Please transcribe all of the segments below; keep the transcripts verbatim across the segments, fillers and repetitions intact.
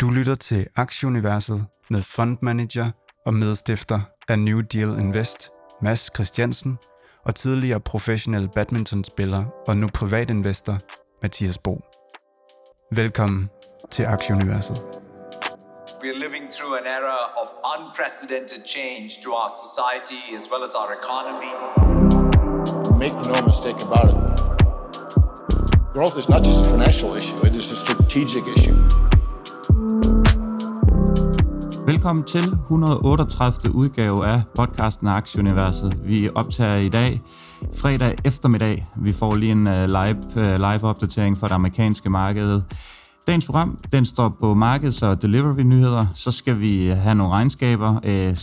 Du lytter til Aktieuniverset med fondmanager og medstifter af New Deal Invest, Mads Christiansen, og tidligere professionel badmintonspiller og nu privatinvestor, Mathias Bo. Velkommen til Aktieuniverset. We are living through an era of unprecedented change to our society as well as our economy. Make no mistake about it. Growth is not just a financial issue, it is a strategic issue. Velkommen til et hundrede og otteogtredive udgave af podcasten Aktieuniverset. Vi optager i dag fredag eftermiddag. Vi får lige en live, live opdatering fra det amerikanske marked. Dagens program, den står på markeds- og delivery-nyheder. Så skal vi have nogle regnskaber.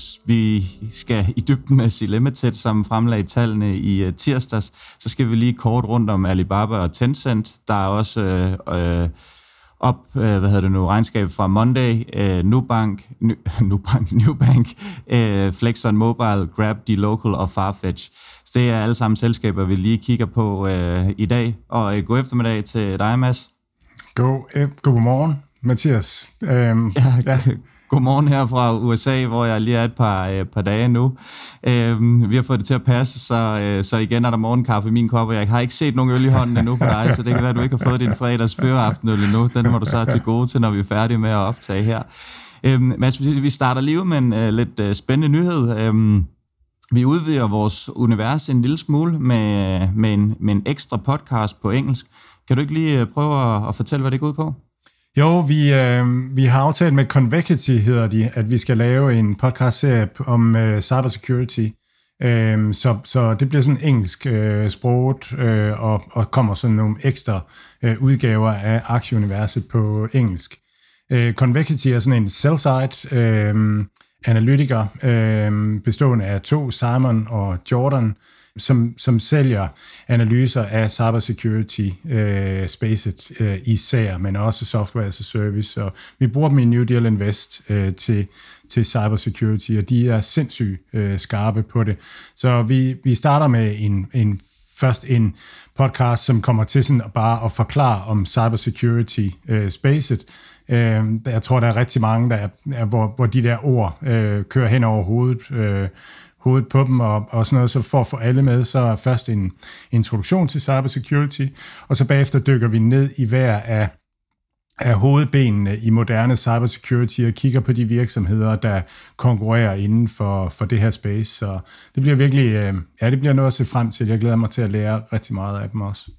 Vi skal i dybden med C Limited, som fremlagde tallene i tirsdags. Så skal vi lige kort rundt om Alibaba og Tencent. Der er også øh, op, øh, hvad hedder det nu, regnskab fra Monday, øh, Nubank, New, Nubank, Nubank øh, Flexon Mobile, Grab, dLocal og Farfetch. Så det er alle sammen selskaber, vi lige kigger på øh, i dag. Og øh, god eftermiddag til dig, Mads. God, øh, god morgen, Mathias. Øhm, ja, ja. Godmorgen her fra U S A, hvor jeg lige er et par, øh, par dage nu. Øhm, vi har fået det til at passe, så, øh, så igen er der morgenkaffe i min kop, og jeg har ikke set nogen øl i hånden endnu på dig, så det kan være, at du ikke har fået din fredags føraftenøl endnu. Den må du så have til gode til, når vi er færdige med at optage her. Øhm, men vi starter lige ud med en øh, lidt øh, spændende nyhed. Øhm, vi udvider vores univers en lille smule med, med, en, med en ekstra podcast på engelsk. Kan du ikke lige prøve at, at fortælle, hvad det går ud på? Jo, vi, øh, vi har aftalt med Convexity, hedder de, at vi skal lave en podcast-serie om øh, cybersecurity. Øh, så, så det bliver sådan engelsk øh, sproget, øh, og, og kommer sådan nogle ekstra øh, udgaver af Aktieuniverset på engelsk. Øh, Convexity er sådan en sell-side øh, analytiker, øh, bestående af to, Simon og Jordan, Som, som sælger analyser af cybersecurity øh, spacet øh, især, men også software as a service. Og vi bruger dem i New Deal Invest øh, til, til cybersecurity, og de er sindssygt øh, skarpe på det. Så vi, vi starter med en, en først en podcast, som kommer til sådan bare at forklare om cybersecurity øh, spacet. Øh, jeg tror, der er rigtig mange, der er, hvor, hvor de der ord øh, kører hen over hovedet, øh, hovedet på dem og, og sådan noget, så for at få alle med, så er først en introduktion til cybersecurity, og så bagefter dykker vi ned i hver af, af hovedbenene i moderne cybersecurity og kigger på de virksomheder, der konkurrerer inden for, for det her space. Så det bliver virkelig, ja, det bliver noget at se frem til. Jeg glæder mig til at lære rigtig meget af dem også.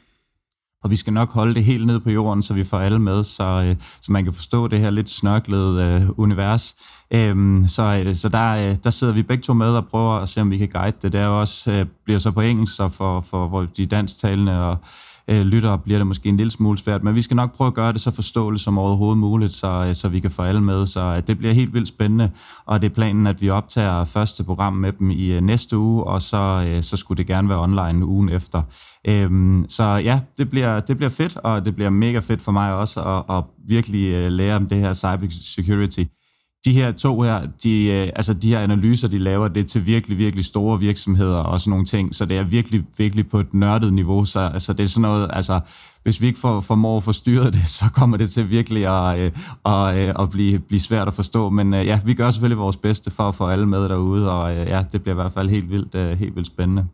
Og vi skal nok holde det helt ned på jorden, så vi får alle med, så, så man kan forstå det her lidt snørklede øh, univers. Øhm, så så der, der sidder vi begge to med og prøver at se, om vi kan guide det. Det er også, øh, bliver så på engelsk, så for, for de dansktalende og øh, lyttere bliver det måske en lille smule svært. Men vi skal nok prøve at gøre det så forståeligt som overhovedet muligt, så, så vi kan få alle med. Så det bliver helt vildt spændende, og det er planen, at vi optager første program med dem i næste uge, og så, øh, så skulle det gerne være online ugen efter. Øhm, så ja, det bliver, det bliver fedt, og det bliver mega fedt for mig også at, at virkelig uh, lære om det her cybersecurity. De her to her, de, uh, altså de her analyser, de laver, det er til virkelig, virkelig store virksomheder og sådan nogle ting, så det er virkelig, virkelig på et nørdet niveau, så altså, det er sådan noget, altså hvis vi ikke får, formår at forstyrre det, så kommer det til virkelig at, uh, at, uh, at blive, blive svært at forstå, men uh, ja, vi gør selvfølgelig vores bedste for at få alle med derude, og uh, ja, det bliver i hvert fald helt vildt, uh, helt vildt spændende.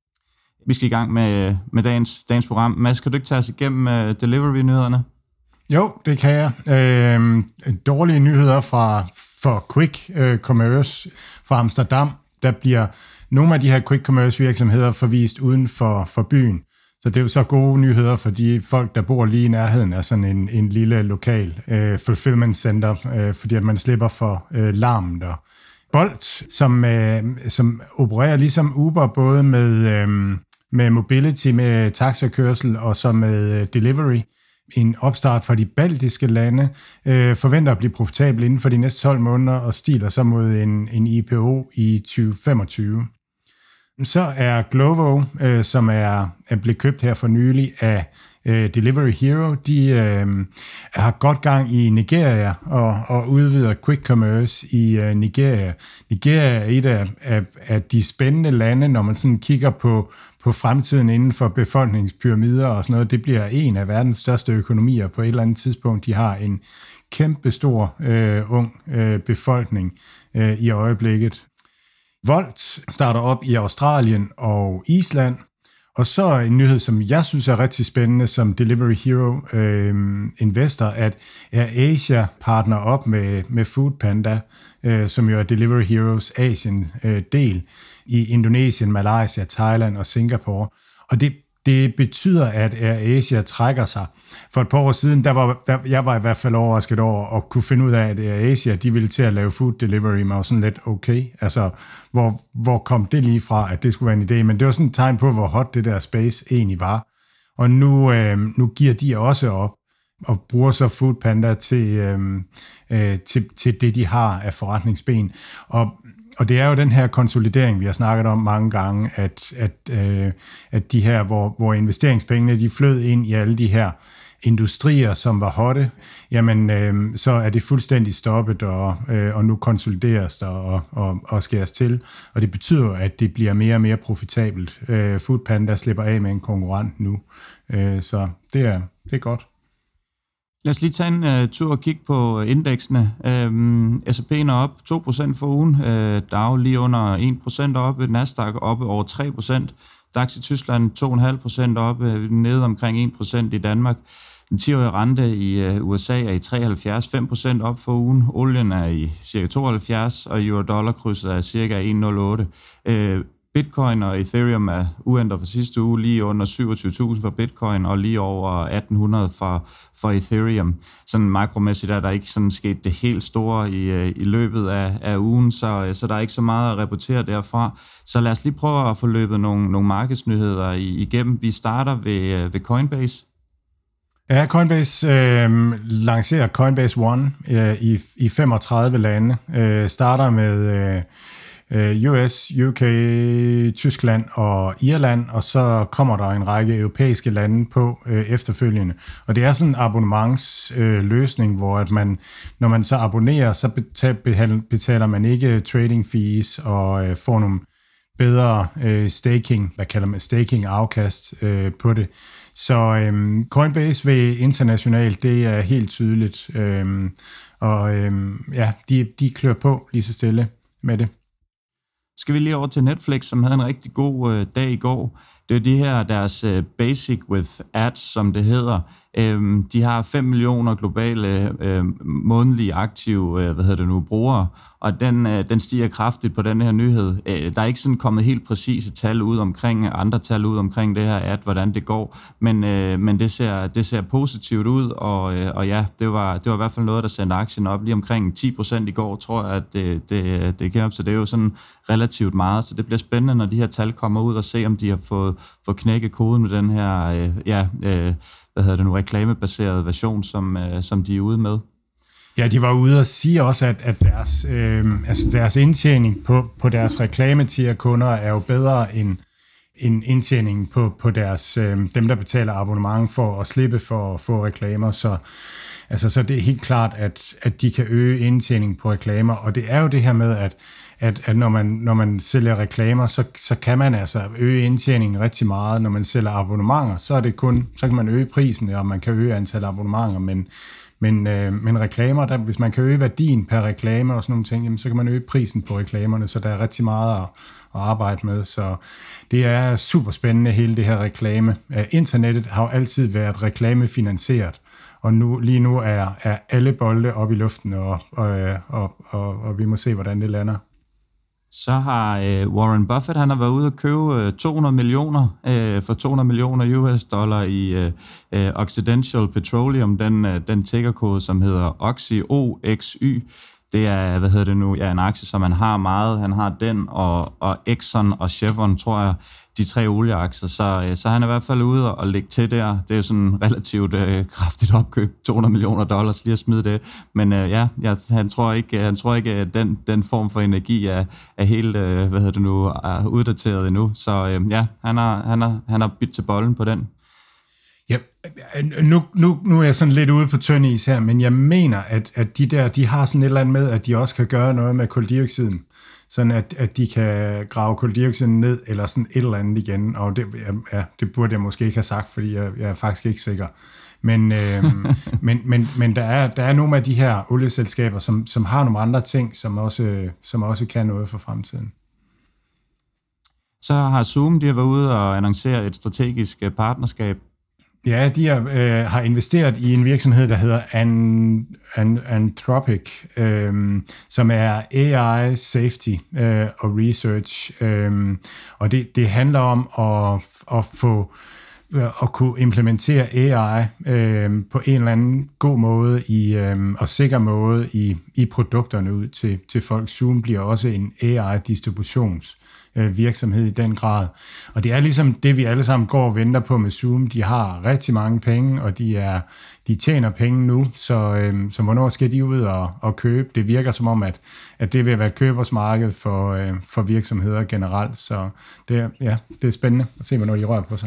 Vi skal i gang med, med dagens, dagens program. Mads, kan du ikke tage os igennem uh, delivery-nyhederne? Jo, det kan jeg. Øh, dårlige nyheder fra for Quick uh, Commerce fra Amsterdam. Der bliver nogle af de her Quick Commerce virksomheder forvist uden for, for byen. Så det er jo så gode nyheder for de folk, der bor lige i nærheden af sådan en, en lille lokal uh, fulfillment center, uh, fordi at man slipper for uh, larmen der. Bolt, som, uh, som opererer ligesom Uber, både med... Uh, med mobility, med taxakørsel og så med delivery. En opstart fra de baltiske lande, øh, forventer at blive profitabel inden for de næste tolv måneder og stiler så mod en, en I P O i tyve femogtyve. Så er Glovo, øh, som er, er blevet købt her for nylig af øh, Delivery Hero, de øh, har godt gang i Nigeria og, og udvider quick commerce i øh, Nigeria. Nigeria er et af, af, af de spændende lande, når man sådan kigger på, på fremtiden inden for befolkningspyramider og sådan noget. Det bliver en af verdens største økonomier på et eller andet tidspunkt. De har en kæmpestor øh, ung øh, befolkning øh, i øjeblikket. Volt starter op i Australien og Island, og så en nyhed, som jeg synes er rigtig spændende som Delivery Hero øh, investor, at AirAsia partner op med, med Foodpanda, øh, som jo er Delivery Heroes Asien øh, del i Indonesien, Malaysia, Thailand og Singapore. Og det Det betyder, at AirAsia trækker sig. For et par år siden, der var, der, jeg var i hvert fald overrasket over at kunne finde ud af, at AirAsia, de ville til at lave food delivery, men var sådan lidt okay. Altså, hvor, hvor kom det lige fra, at det skulle være en idé? Men det var sådan et tegn på, hvor hot det der space egentlig var. Og nu, øh, nu giver de også op og bruger så Foodpanda til, øh, øh, til, til det, de har af forretningsben. Og Og det er jo den her konsolidering, vi har snakket om mange gange, at, at, øh, at de her, hvor, hvor investeringspengene, de flød ind i alle de her industrier, som var hotte, jamen øh, så er det fuldstændig stoppet, og, øh, og nu konsolideres der og, og, og skæres til. Og det betyder, at det bliver mere og mere profitabelt. Øh, Foodpanda slipper af med en konkurrent nu, øh, så det er, det er godt. Lad os lige tage en uh, tur og kigge på indeksene. Uh, S og P'en er op to procent for ugen. Uh, Dow lige under en procent oppe. Nasdaq oppe over tre procent. DAX i Tyskland to komma fem procent oppe. Nede omkring en procent i Danmark. Den ti-årige rente i uh, U S A er i treoghalvfjerds, fem procent op for ugen. Olien er i cirka tooghalvfjerds, og euro-dollar-krydset er cirka en komma nul otte. Uh, Bitcoin og Ethereum er uændret for sidste uge, lige under syvogtyve tusind for Bitcoin og lige over atten hundrede for, for Ethereum. Sådan makromæssigt er der ikke sådan sket det helt store i, i løbet af, af ugen, så, så der er ikke så meget at rapportere derfra. Så lad os lige prøve at få løbet nogle, nogle markedsnyheder igennem. Vi starter ved, ved Coinbase. Ja, Coinbase øh, lancerer Coinbase One øh, i, i femogtredive lande. Øh, starter med Øh, U S, U K, Tyskland og Irland, og så kommer der en række europæiske lande på øh, efterfølgende. Og det er sådan en abonnementsløsning, øh, hvor at man, når man så abonnerer, så betaler, betaler man ikke trading fees og øh, får nogle bedre øh, staking, hvad kalder man staking afkast øh, på det. Så øh, Coinbase ved internationalt, det er helt tydeligt. Øh, og øh, ja, de, de klør på lige så stille med det. Skal vi lige over til Netflix, som havde en rigtig god øh, dag i går. Det er de her, deres øh, Basic with Ads, som det hedder. Øhm, de har fem millioner globale øh, månedlige aktive øh, hvad hedder det nu, brugere, og den, øh, den stiger kraftigt på den her nyhed. Øh, der er ikke sådan kommet helt præcise tal ud omkring, andre tal ud omkring det her ad, hvordan det går, men, øh, men det, ser, det ser positivt ud, og, øh, og ja, det var, det var i hvert fald noget, der sendte aktien op lige omkring ti procent i går, tror jeg, at det, det, det kan op, så det er jo sådan relativt meget, så det bliver spændende, når de her tal kommer ud, og se, om de har fået, fået knækket koden med den her, øh, ja, øh, hvad hedder det nu, reklamebaserede version, som, øh, som de er ude med. Ja, de var ude og sige også, at, at deres, øh, altså deres indtjening på, på deres reklametier-kunder er jo bedre end, end indtjeningen på, på deres, øh, dem, der betaler abonnement for at slippe for at få reklamer. Så, altså, så det er helt klart, at, at de kan øge indtjeningen på reklamer. Og det er jo det her med, at at, at når, man, når man sælger reklamer, så, så kan man altså øge indtjeningen rigtig meget. Når man sælger abonnementer, så er det kun, så kan man øge prisen, og man kan øge antallet af abonnementer, men, men, øh, men reklamer, der, hvis man kan øge værdien per reklame og sådan nogle ting, jamen, så kan man øge prisen på reklamerne, så der er rigtig meget at, at arbejde med. Så det er super spændende, hele det her reklame. Internettet har jo altid været reklamefinansieret, og nu, lige nu er, er alle bolde op i luften, og, og, og, og, og vi må se, hvordan det lander. Så har øh, Warren Buffett, han har været ude at købe øh, to hundrede millioner øh, for to hundrede millioner U S dollar i øh, øh, Occidental Petroleum, den, øh, den tickerkode, som hedder O X Y, O X Y. Det er, hvad hedder det nu, ja, en aktie, som han har meget. Han har den og, og Exxon og Chevron, tror jeg, de tre olieaktier. Så, så han er i hvert fald ude og lægge til der. Det er jo sådan relativt øh, kraftigt opkøb, to hundrede millioner dollars, lige at smide det. Men øh, ja, ja, han tror ikke, han tror ikke at den, den form for energi er, er helt, øh, hvad hedder det nu, er uddateret endnu. Så øh, ja, han har, han har, han har bidt til bolden på den. Ja, nu, nu, nu er jeg sådan lidt ude på tynd is her, men jeg mener, at, at de der, de har sådan et eller andet med, at de også kan gøre noget med kuldioxiden. Sådan at, at de kan grave kuldioxiden ned, eller sådan et eller andet igen. Og det, ja, det burde jeg måske ikke have sagt, fordi jeg, jeg er faktisk ikke sikker. Men, øh, men, men, men der, er, der er nogle af de her olieselskaber, som, som har nogle andre ting, som også, som også kan noget for fremtiden. Så har Zoom, de har været ude og annoncere et strategisk partnerskab. Ja, de har, øh, har investeret i en virksomhed, der hedder An, An, Anthropic, øh, som er A I safety øh, og research. Øh, og det, det handler om at, at få at kunne implementere A I øh, på en eller anden god måde i, øh, og sikker måde i, i produkterne ud til, til folk. Zoom bliver også en A I-distributions virksomhed i den grad. Og det er ligesom det, vi alle sammen går og venter på med Zoom. De har rigtig mange penge, og de, er, de tjener penge nu, så, øhm, så hvornår skal de ud og, og købe? Det virker som om, at, at det vil være et købersmarked for, øh, for virksomheder generelt, så det, ja, det er spændende at se, hvornår de rører på sig.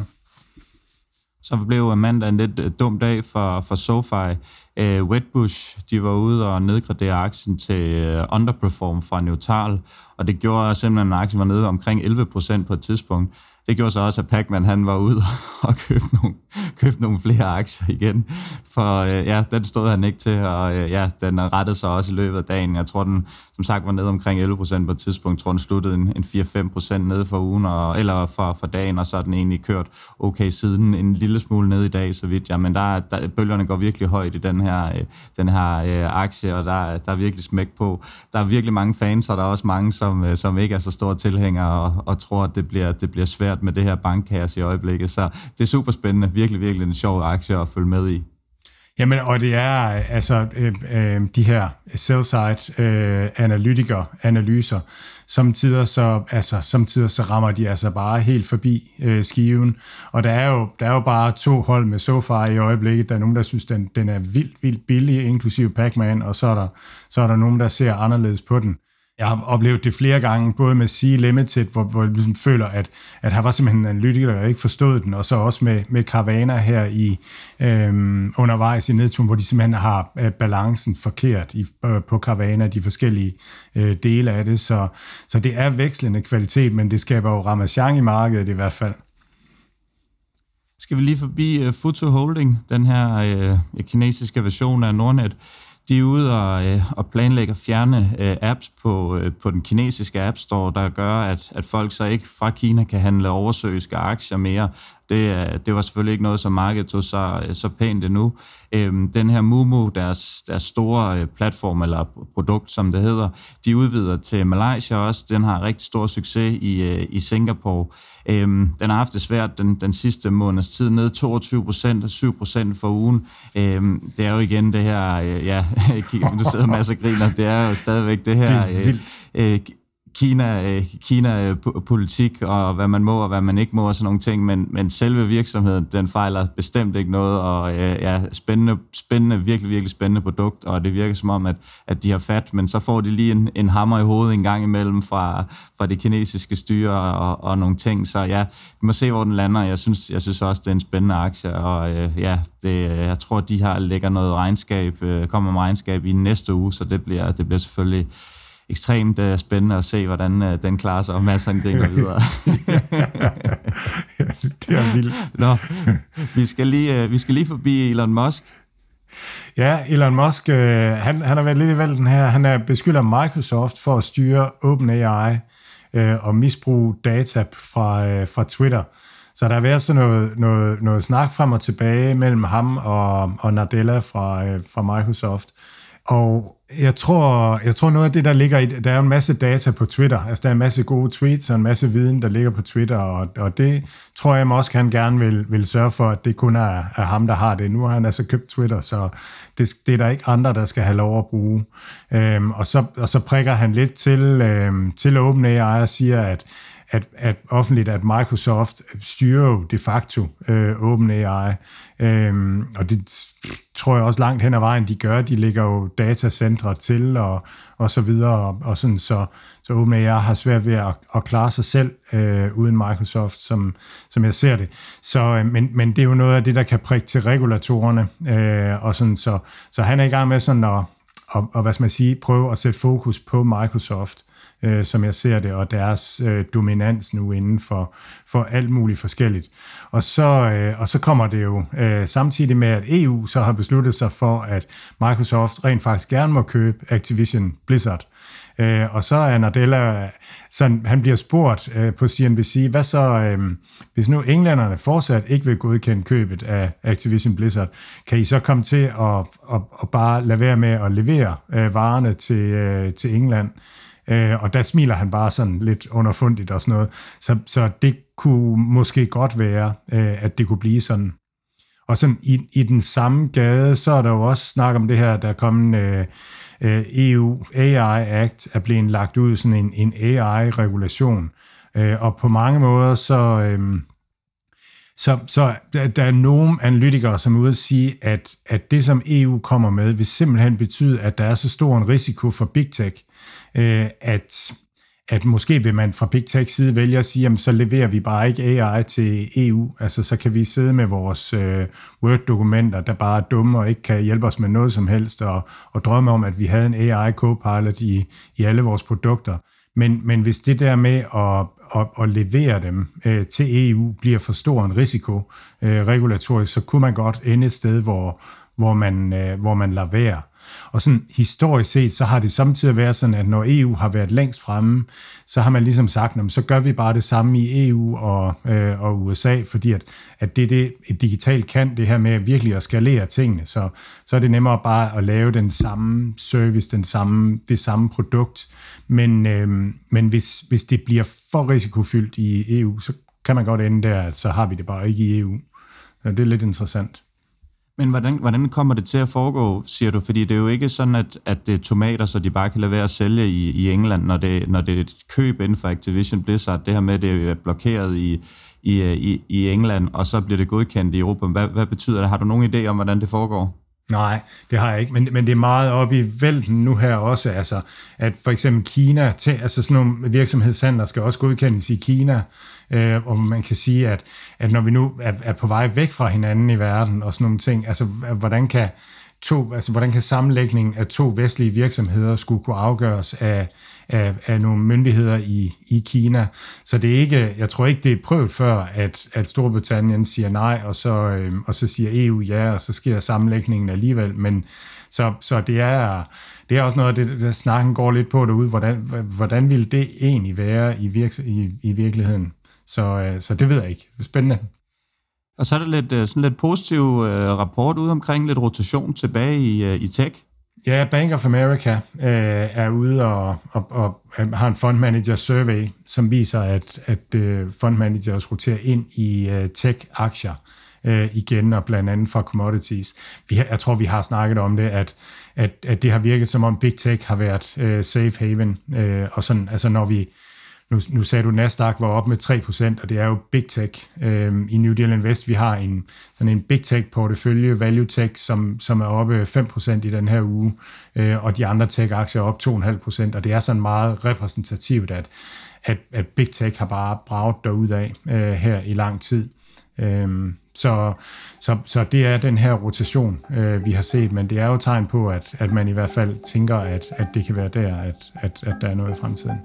Så blev mandag en lidt dum dag for, for SoFi. Uh, Wedbush, de var ude og nedgradere aktien til uh, underperform fra neutral, og det gjorde simpelthen, at aktien var nede omkring elleve procent på et tidspunkt. Det gjorde så også, at Pacman han var ude og købte nogle, købte nogle flere aktier igen, for øh, ja, den stod han ikke til, og øh, ja, den rettede sig også i løbet af dagen. Jeg tror, den som sagt var nede omkring elleve procent på et tidspunkt. Jeg tror, den sluttede en, en fire til fem procent nede for ugen, og, eller for, for dagen, og så er den egentlig kørt okay siden, en lille smule ned i dag, så vidt. Ja, men der, der, bølgerne går virkelig højt i den her, øh, den her øh, aktie, og der, der er virkelig smæk på. Der er virkelig mange fans, og der er også mange, som, øh, som ikke er så store tilhængere, og, og tror, at det bliver, det bliver svært med det her bankkaos i øjeblikket. Så det er super spændende. Virkelig, virkelig en sjov aktie at følge med i. Jamen, og det er altså øh, øh, de her sell-side øh, analytikere, analyser, samtidig så, altså, samtidig så rammer de altså bare helt forbi øh, skiven. Og der er, jo, der er jo bare to hold med SoFi i øjeblikket. Der er nogen, der synes, den, den er vildt, vildt billig, inklusive Pacman, og så er, der, så er der nogen, der ser anderledes på den. Jeg har oplevet det flere gange, både med C Limited, hvor, hvor jeg ligesom føler, at, at her var simpelthen en analytiker, der ikke forstod den, og så også med, med Carvana her i øhm, undervejs i nedturen, hvor de simpelthen har øh, balancen forkert i, øh, på Carvana, de forskellige øh, dele af det. Så, så det er vekslende kvalitet, men det skaber jo ramachan i markedet i hvert fald. Skal vi lige forbi uh, Futu Holding, den her uh, kinesiske version af Nordnet. De er ude og, øh, og planlægger at fjerne øh, apps på, øh, på den kinesiske App Store, der gør, at, at folk så ikke fra Kina kan handle oversøiske aktier mere. Det, det var selvfølgelig ikke noget, som markedet tog så, så pænt endnu. Øhm, den her Moomoo, deres, deres store platform eller produkt, som det hedder, de udvider til Malaysia også. Den har rigtig stor succes i, i Singapore. Øhm, den har haft det svært den, den sidste måneds tid, ned toogtyve procent og syv procent for ugen. Øhm, det er jo igen det her, ja, du sidder masser af griner, det er jo stadigvæk det her... Det er vildt. Øh, Kina, Kina-politik og hvad man må og hvad man ikke må og sådan nogle ting, men, men selve virksomheden, den fejler bestemt ikke noget, og ja, spændende, spændende, virkelig, virkelig spændende produkt, og det virker som om, at, at de har fat, men så får de lige en, en hammer i hovedet en gang imellem fra, fra det kinesiske styre og, og nogle ting, så ja, vi må se, hvor den lander. Jeg synes, jeg synes også, det er en spændende aktie, og ja, det, jeg tror, de har lægger noget regnskab, kommer med regnskab i næste uge, så det bliver, det bliver selvfølgelig ekstremt uh, spændende at se, hvordan uh, den klarer sig, og masser af griner videre. Det er vildt. Nå, vi skal lige, uh, vi skal lige forbi Elon Musk. Ja, Elon Musk, øh, han, han har været lidt i valden her. Han er beskylder Microsoft for at styre OpenAI øh, og misbruge data fra, øh, fra Twitter. Så der har været sådan noget, noget, noget snak frem og tilbage mellem ham og, og Nadella fra, øh, fra Microsoft. Og jeg tror, jeg tror noget af det, der ligger i, der er en masse data på Twitter, altså der er en masse gode tweets og en masse viden, der ligger på Twitter, og, og det tror jeg også, han gerne vil, vil sørge for, at det kun er, er ham, der har det. Nu har han altså købt Twitter, så det, det er der ikke andre, der skal have lov at bruge. Øhm, og, så, og så prikker han lidt til, øhm, til OpenAI og siger, at At, at offentligt, at Microsoft styrer jo de facto øh, OpenAI, øhm, og det tror jeg også langt hen ad vejen, de gør. De lægger jo datacentre til, og, og så videre, og, og sådan, så, så OpenAI har svært ved at, at klare sig selv øh, uden Microsoft, som, som jeg ser det. Så, øh, men, men det er jo noget af det, der kan prikke til regulatorerne, øh, og sådan, så, så han er i gang med sådan at og, og hvad skal man sige, prøve at sætte fokus på Microsoft, øh, som jeg ser det, og deres øh, dominans nu inden for, for alt muligt forskelligt. Og så, øh, og så kommer det jo øh, samtidig med, at E U så har besluttet sig for, at Microsoft rent faktisk gerne må købe Activision Blizzard. Øh, og så er Nadella, sådan, han bliver spurgt øh, på C N B C, hvad så, øh, hvis nu englænderne fortsat ikke vil godkende købet af Activision Blizzard, kan I så komme til at, at, at bare lade være med at levere øh, varerne til, øh, til England? Øh, og der smiler han bare sådan lidt underfundigt og sådan noget. Så, så det kunne måske godt være, øh, at det kunne blive sådan. Og sådan i, i den samme gade, så er der jo også snak om det her, der er kommet øh, øh, E U A I Act, er blevet lagt ud, sådan en, en A I-regulation. Øh, og på mange måder, så, øh, så, så der, der er nogle analytikere, som er ude at sige, at, at det, som E U kommer med, vil simpelthen betyde, at der er så stor en risiko for Big Tech, øh, at at måske vil man fra Big Tech side vælge at sige, jamen så leverer vi bare ikke A I til E U, altså så kan vi sidde med vores øh, Word-dokumenter, der bare er dumme og ikke kan hjælpe os med noget som helst, og, og drømme om, at vi havde en A I co-pilot i, i alle vores produkter. Men, men hvis det der med at, at, at levere dem øh, til E U bliver for stor en risiko øh, regulatorisk, så kunne man godt ende et sted, hvor, hvor, man, øh, hvor man lader være. Og sådan historisk set, så har det samtidig været sådan, at når E U har været længst fremme, så har man ligesom sagt, så gør vi bare det samme i E U og, øh, og U S A, fordi at, at det det et digitalt kan, det her med virkelig at skalere tingene, så, så er det nemmere bare at lave den samme service, den samme, det samme produkt. Men, øh, men hvis, hvis det bliver for risikofyldt i E U, så kan man godt ende der, at så har vi det bare ikke i E U. Så det er lidt interessant. Men hvordan, hvordan kommer det til at foregå, siger du? Fordi det er jo ikke sådan, at, at det er tomater, så de bare kan lade være at sælge i, i England, når det, når det er et køb inden for Activision Blizzard. Det her med, at det er blokeret i, i, i, i England, og så bliver det godkendt i Europa. Hvad, hvad betyder det? Har du nogen idé om, hvordan det foregår? Nej, det har jeg ikke, men, men det er meget oppe i vælten nu her også, altså, at for eksempel Kina, til, altså sådan nogle virksomhedshandler skal også godkendes i Kina, øh, og man kan sige, at, at når vi nu er, er på vej væk fra hinanden i verden og sådan nogle ting, altså hvordan kan, to, altså, hvordan kan sammenlægningen af to vestlige virksomheder skulle kunne afgøres af, af, af nogle myndigheder i, i Kina. Så det er ikke, jeg tror ikke, det er prøvet før, at, at Storbritannien siger nej, og så, øh, og så siger E U ja, og så sker sammenlægningen alligevel. Men så, så det er det er også noget af det, der snakken går lidt på derude. Hvordan, hvordan ville det egentlig være i, virks, i, i virkeligheden? Så, øh, så det ved jeg ikke. Spændende. Og så er der lidt, sådan lidt positiv øh, rapport ud omkring lidt rotation tilbage i, øh, i tech. Ja, Bank of America øh, er ude og, og, og har en fund manager survey, som viser, at, at øh, fund managers roterer ind i øh, tech-aktier øh, igen, og blandt andet fra commodities. Vi har, jeg tror, vi har snakket om det, at, at, at det har virket som om Big Tech har været øh, safe haven. Øh, og sådan, altså når vi Nu, nu sagde du, at Nasdaq var op med tre procent, og det er jo Big Tech. Øhm, I New Deal Invest, vi har en, sådan en Big Tech-portefølje, Value Tech, som, som er oppe fem procent i den her uge, øh, og de andre tech-aktier er op to komma fem procent, og det er sådan meget repræsentativt, at, at, at Big Tech har bare braget derudad øh, her i lang tid. Øhm, så, så, så det er den her rotation, øh, vi har set, men det er jo tegn på, at, at man i hvert fald tænker, at, at det kan være der, at, at, at der er noget i fremtiden.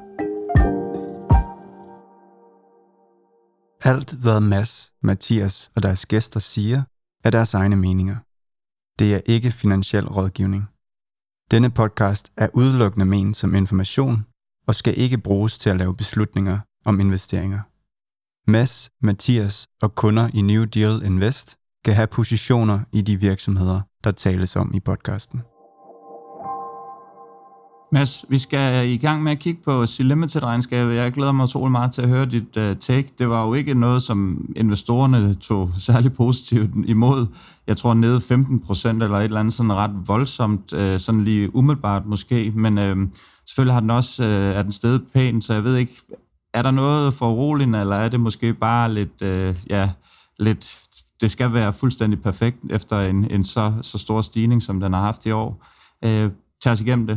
Alt, hvad Mads, Mathias og deres gæster siger, er deres egne meninger. Det er ikke finansiel rådgivning. Denne podcast er udelukkende ment som information og skal ikke bruges til at lave beslutninger om investeringer. Mads, Mathias og kunder i New Deal Invest kan have positioner i de virksomheder, der tales om i podcasten. Mads, vi skal i gang med at kigge på C-Limited-regnskabet. Jeg glæder mig utrolig meget til at høre dit uh, take. Det var jo ikke noget, som investorerne tog særlig positivt imod. Jeg tror nede femten procent eller et eller andet sådan ret voldsomt, uh, sådan lige umiddelbart måske. Men uh, selvfølgelig har den også, uh, er den steget pænt, så jeg ved ikke, er der noget for uroligende, eller er det måske bare lidt, uh, ja, lidt, det skal være fuldstændig perfekt efter en, en så, så stor stigning, som den har haft i år. Uh, tag os igennem det.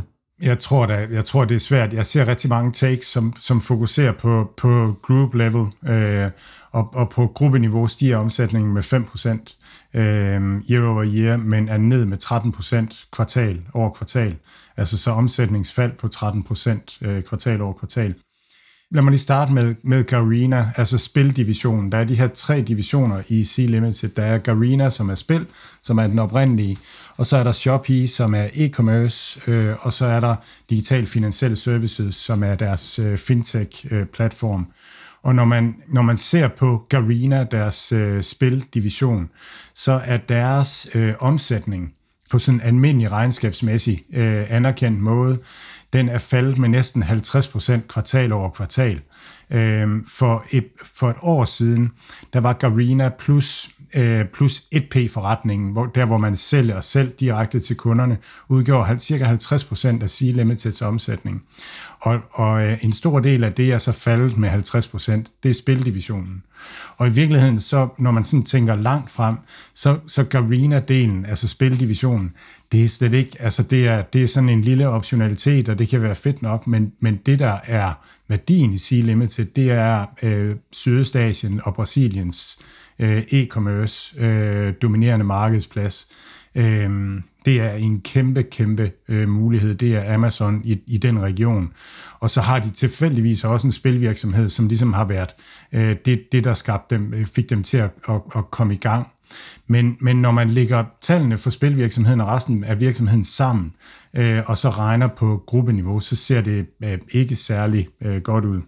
Jeg tror da, jeg tror det er svært. Jeg ser rigtig mange takes, som, som fokuserer på, på group level, øh, og, og på gruppeniveau stiger omsætningen med fem procent øh, year over year, men er ned med tretten procent kvartal over kvartal. Altså så omsætningsfald på tretten procent øh, kvartal over kvartal. Lad mig lige starte med, med Garena, altså spildivisionen. Der er de her tre divisioner i Sea Limited. Der er Garena, som er spil, som er den oprindelige, og så er der Shopee, som er e-commerce, øh, og så er der Digital Finansielle Services, som er deres øh, fintech-platform. Og når man, når man ser på Garena, deres øh, spildivision, så er deres øh, omsætning på sådan en almindelig regnskabsmæssig øh, anerkendt måde, den er faldet med næsten halvtreds procent kvartal over kvartal. Øhm, for, et, for et år siden, der var Garena plus, øh, plus et P-forretningen, hvor, der hvor man sælger selv direkte til kunderne, udgjorde cirka halvtreds procent af Sea Limiteds omsætning. Og, og øh, en stor del af det er så faldet med halvtreds procent. Det er spildivisionen. Og i virkeligheden, så, når man sådan tænker langt frem, så, så Garena-delen, altså spildivisionen, det er slet ikke, altså det er, det er sådan en lille optionalitet, og det kan være fedt nok, men, men det der er værdien i Sea Limited, det er øh, Sydøstasien og Brasiliens øh, e-commerce øh, dominerende markedsplads. Øh, det er en kæmpe, kæmpe øh, mulighed. Det er Amazon i, i den region. Og så har de tilfældigvis også en spilvirksomhed, som ligesom har været øh, det, det, der skabte dem, fik dem til at, at, at komme i gang. Men, men når man lægger tallene for spilvirksomheden og resten af virksomheden sammen, øh, og så regner på gruppeniveau, så ser det øh, ikke særlig øh, godt ud.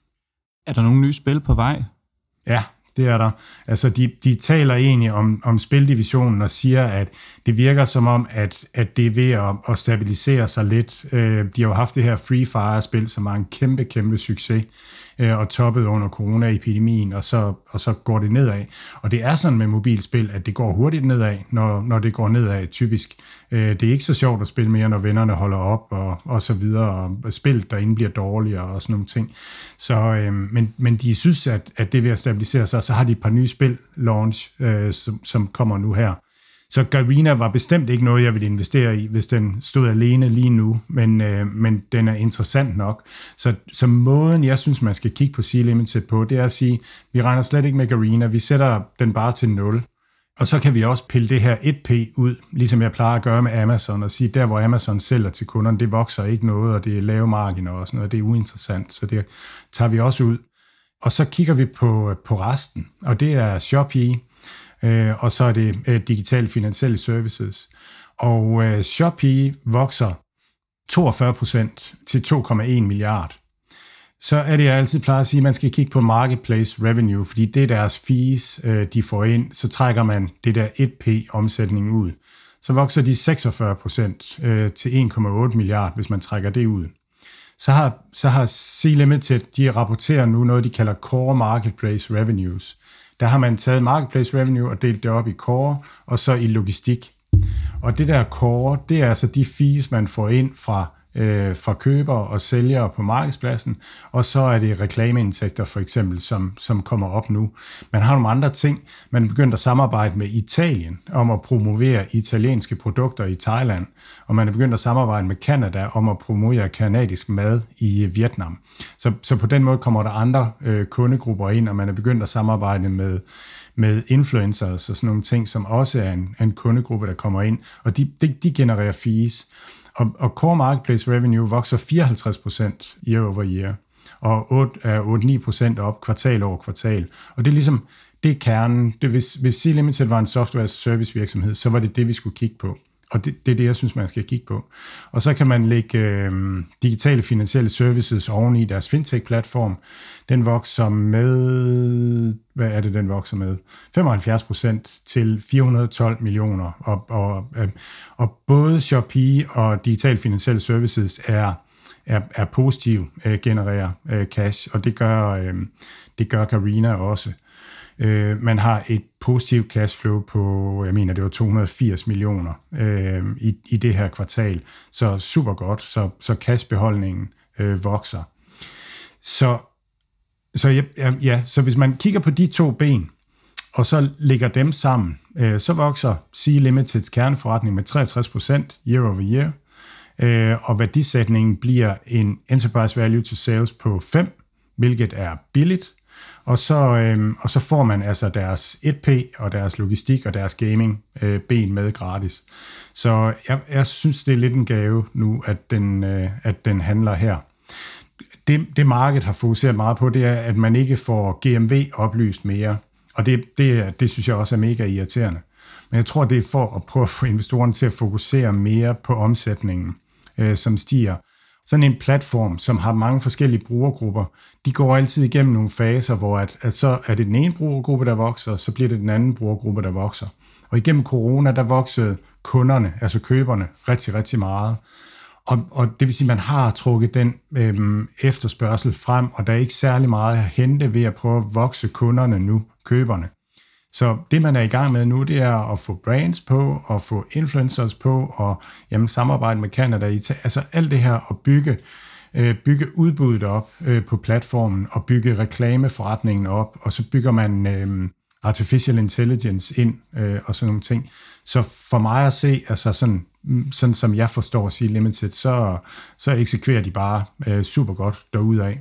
Er der nogle nye spil på vej? Ja, det er der. Altså, de, de taler egentlig om, om spildivisionen og siger, at det virker som om, at, at det er ved at, at stabilisere sig lidt. Øh, de har jo haft det her Free Fire-spil, som er en kæmpe, kæmpe succes, øh, og toppet under coronaepidemien, og så, og så går det nedad. Og det er sådan med mobilspil, at det går hurtigt nedad, når, når det går nedad, typisk. Øh, det er ikke så sjovt at spille mere, når vennerne holder op, og, og så videre, og spillet derinde bliver dårligere, og sådan nogle ting. Så, øh, men, men de synes, at, at det er ved at stabilisere sig, så har de et par nye spil-launch, øh, som, som kommer nu her. Så Garena var bestemt ikke noget, jeg ville investere i, hvis den stod alene lige nu, men, øh, men den er interessant nok. Så, så måden, jeg synes, man skal kigge på Sea Limited på, det er at sige, vi regner slet ikke med Garena, vi sætter den bare til nul. Og så kan vi også pille det her et P ud, ligesom jeg plejer at gøre med Amazon, og sige, der hvor Amazon sælger til kunderne, det vokser ikke noget, og det er lave marginer og sådan noget, det er uinteressant, så det tager vi også ud. Og så kigger vi på, på resten, og det er Shopee, øh, og så er det øh, Digital Finansielle Services. Og øh, Shopee vokser toogfyrre procent til to komma en milliard. Så er det, jeg altid plejer at sige, at man skal kigge på marketplace revenue, fordi det er deres fees, øh, de får ind, så trækker man det der et P-omsætning ud. Så vokser de seksogfyrre procent øh, til en komma otte milliard, hvis man trækker det ud. Så har, så har Sea Limited, de rapporterer nu noget, de kalder Core Marketplace Revenues. Der har man taget Marketplace Revenue og delt det op i Core, og så i logistik. Og det der Core, det er altså de fees, man får ind fra, øh, fra købere og sælgere på markedspladsen, og så er det reklameindtægter for eksempel, som, som kommer op nu. Man har nogle andre ting. Man er begyndt at samarbejde med Italien om at promovere italienske produkter i Thailand, og man er begyndt at samarbejde med Canada om at promovere kanadisk mad i Vietnam. Så, så på den måde kommer der andre øh, kundegrupper ind, og man er begyndt at samarbejde med, med influencers og sådan nogle ting, som også er en, en kundegruppe, der kommer ind, og de, de, de genererer fees. Og, og Core Marketplace Revenue vokser fireoghalvtreds procent year over year, og otte til ni procent op kvartal over kvartal. Og det er ligesom, det er kernen. Det, hvis, hvis Sea Limited var en software service virksomhed, så var det det, vi skulle kigge på. Og det, det er det, jeg synes, man skal kigge på. Og så kan man lægge øh, digitale finansielle services oven i deres fintech-platform. Den vokser med, hvad er det, den vokser med? femoghalvfjerds procent til fire hundrede og tolv millioner. Og, og, øh, og både Shopee og digitale finansielle services er, er, er positive, øh, genererer øh, cash, og det gør, øh, det gør Garena også. Øh, man har et positivt cashflow på, jeg mener, det var to hundrede og firs millioner øh, i, i det her kvartal. Så super godt, så, så cashbeholdningen øh, vokser. Så, så, ja, ja, så hvis man kigger på de to ben, og så lægger dem sammen, øh, så vokser Sea Limiteds kerneforretning med treogtres procent year over year. øh, og værdisætningen bliver en enterprise value to sales på fem, hvilket er billigt, og så, øh, og så får man altså deres et P og deres logistik og deres gaming øh, ben med gratis. Så jeg, jeg synes, det er lidt en gave nu, at den, øh, at den handler her. Det, det markedet har fokuseret meget på, det er, at man ikke får G M V oplyst mere, og det, det, det synes jeg også er mega irriterende. Men jeg tror, det er for at prøve at få investorerne til at fokusere mere på omsætningen, øh, som stiger. Sådan en platform, som har mange forskellige brugergrupper, de går altid igennem nogle faser, hvor at, at så er det den ene brugergruppe, der vokser, og så bliver det den anden brugergruppe, der vokser. Og igennem corona, der voksede kunderne, altså køberne, rigtig, rigtig meget. Og, og det vil sige, at man har trukket den øhm, efterspørgsel frem, og der er ikke særlig meget at hente ved at prøve at vokse kunderne nu, køberne. Så det, man er i gang med nu, det er at få brands på, og få influencers på, og jamen, samarbejde med Canada. Altså alt det her at bygge, øh, bygge udbuddet op øh, på platformen, og bygge reklameforretningen op, og så bygger man øh, artificial intelligence ind, øh, og sådan nogle ting. Så for mig at se, altså sådan, sådan som jeg forstår Sea Limited, så, så eksekverer de bare øh, super godt derudaf.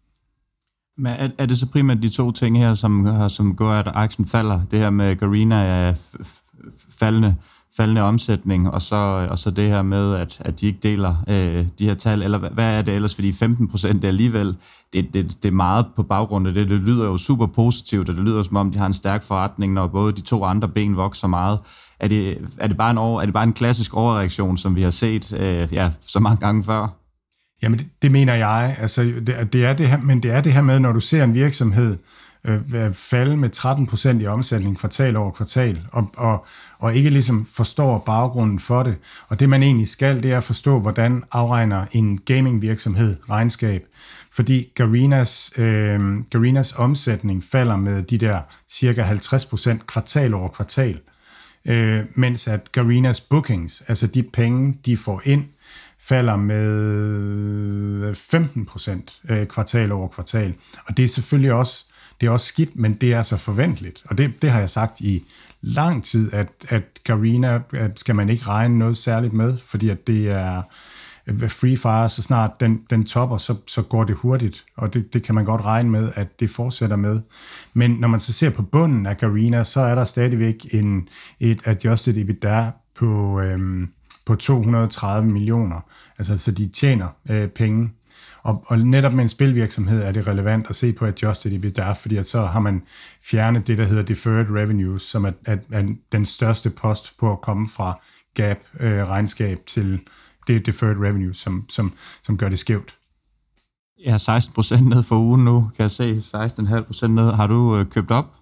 Men er, er det så primært de to ting her, som, som gør, at aktien falder? Det her med Garena er faldende, faldende omsætning, og så, og så det her med, at, at de ikke deler øh, de her tal, eller hvad, hvad er det ellers? Fordi femten procent er alligevel, det, det, det er meget på baggrund af det. Det lyder jo super positivt, og det lyder som om, de har en stærk forretning, når både de to andre ben vokser meget. Er det, er det, bare, en over, er det bare en klassisk overreaktion, som vi har set øh, ja, så mange gange før? Jamen, det, det mener jeg. Altså, det, det er det her, men det er det her med, når du ser en virksomhed øh, falde med tretten procent i omsætning kvartal over kvartal, og, og, og ikke ligesom forstår baggrunden for det. Og det, man egentlig skal, det er at forstå, hvordan afregner en gamingvirksomhed regnskab. Fordi Garenas, øh, Garenas omsætning falder med de der cirka halvtreds procent kvartal over kvartal, øh, mens at Garenas bookings, altså de penge, de får ind, falder med femten procent kvartal over kvartal. Og det er selvfølgelig også, det er også skidt, men det er så forventeligt. Og det, det har jeg sagt i lang tid, at, at Garena skal man ikke regne noget særligt med, fordi at det er Free Fire, så snart den, den topper, så, så går det hurtigt. Og det, det kan man godt regne med, at det fortsætter med. Men når man så ser på bunden af Garena, så er der stadigvæk en, et adjusted EBITDA på... Øhm, på to hundrede og tredive millioner. Altså, så de tjener øh, penge. Og, og netop med en spilvirksomhed er det relevant at se på adjusted EBITDA, fordi at så har man fjernet det, der hedder deferred revenues, som er, er, er den største post på at komme fra gap-regnskab øh, til det deferred revenues, som, som, som gør det skævt. Jeg har seksten procent ned for ugen nu, kan jeg se. seksten komma fem procent ned. Har du øh, købt op?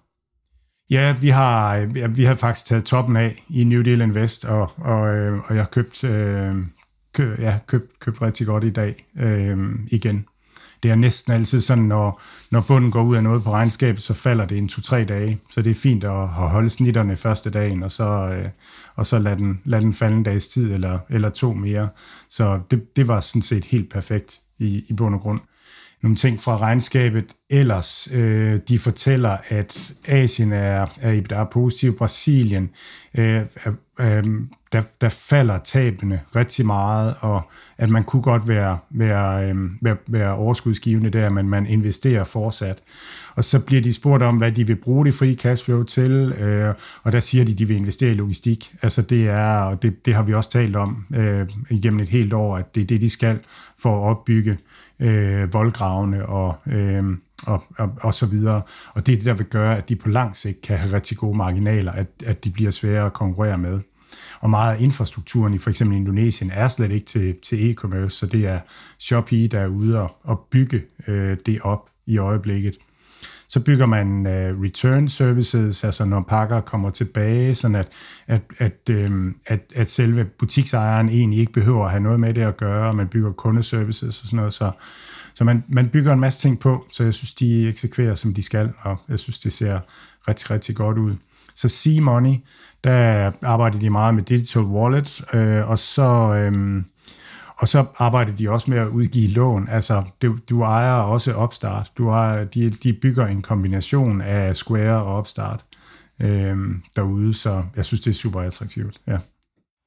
Ja, vi har, ja, vi har faktisk taget toppen af i New Deal Invest, og, og, og jeg har købt, øh, kø, ja, købt, købt rigtig godt i dag øh, igen. Det er næsten altid sådan, når, når bunden går ud af noget på regnskabet, så falder det en to-tre dage. Så det er fint at holde snitterne første dagen, og så, øh, og så lade, den, lade den falde en dags tid, eller, eller to mere. Så det, det var sådan set helt perfekt i, i bund og grund. Nogle ting fra regnskabet. Ellers, øh, de fortæller, at Asien er, er, er positiv. Brasilien, øh, øh, der, der falder tabene rigtig meget, og at man kunne godt være, være, øh, være, være overskudsgivende der, men man investerer fortsat. Og så bliver de spurgt om, hvad de vil bruge det frie cashflow til, øh, og der siger de, at de vil investere i logistik. Altså det er, og det, det har vi også talt om øh, igennem et helt år, at det er det, de skal for at opbygge øh, voldgravene og, øh, og, og, og så videre. Og det er det, der vil gøre, at de på lang sigt kan have rigtig gode marginaler, at, at de bliver svære at konkurrere med. Og meget af infrastrukturen i for eksempel Indonesien er slet ikke til, til e-commerce, så det er Shopee, der er ude og, og bygge øh, det op i øjeblikket. Så bygger man uh, return services, altså når pakker kommer tilbage, sådan at, at, at, øhm, at, at selve butiksejeren egentlig ikke behøver at have noget med det at gøre, og man bygger kundeservices og sådan noget. Så, så man, man bygger en masse ting på, så jeg synes, de eksekverer, som de skal, og jeg synes, det ser rigtig, rigtig godt ud. Så C-Money, der arbejder de meget med Digital Wallet, øh, og så... Øh, Og så arbejder de også med at udgive lån. Altså, du, du ejer også Upstart. Du ejer, de, de bygger en kombination af Square og Upstart øhm, derude, så jeg synes, det er super attraktivt. Ja.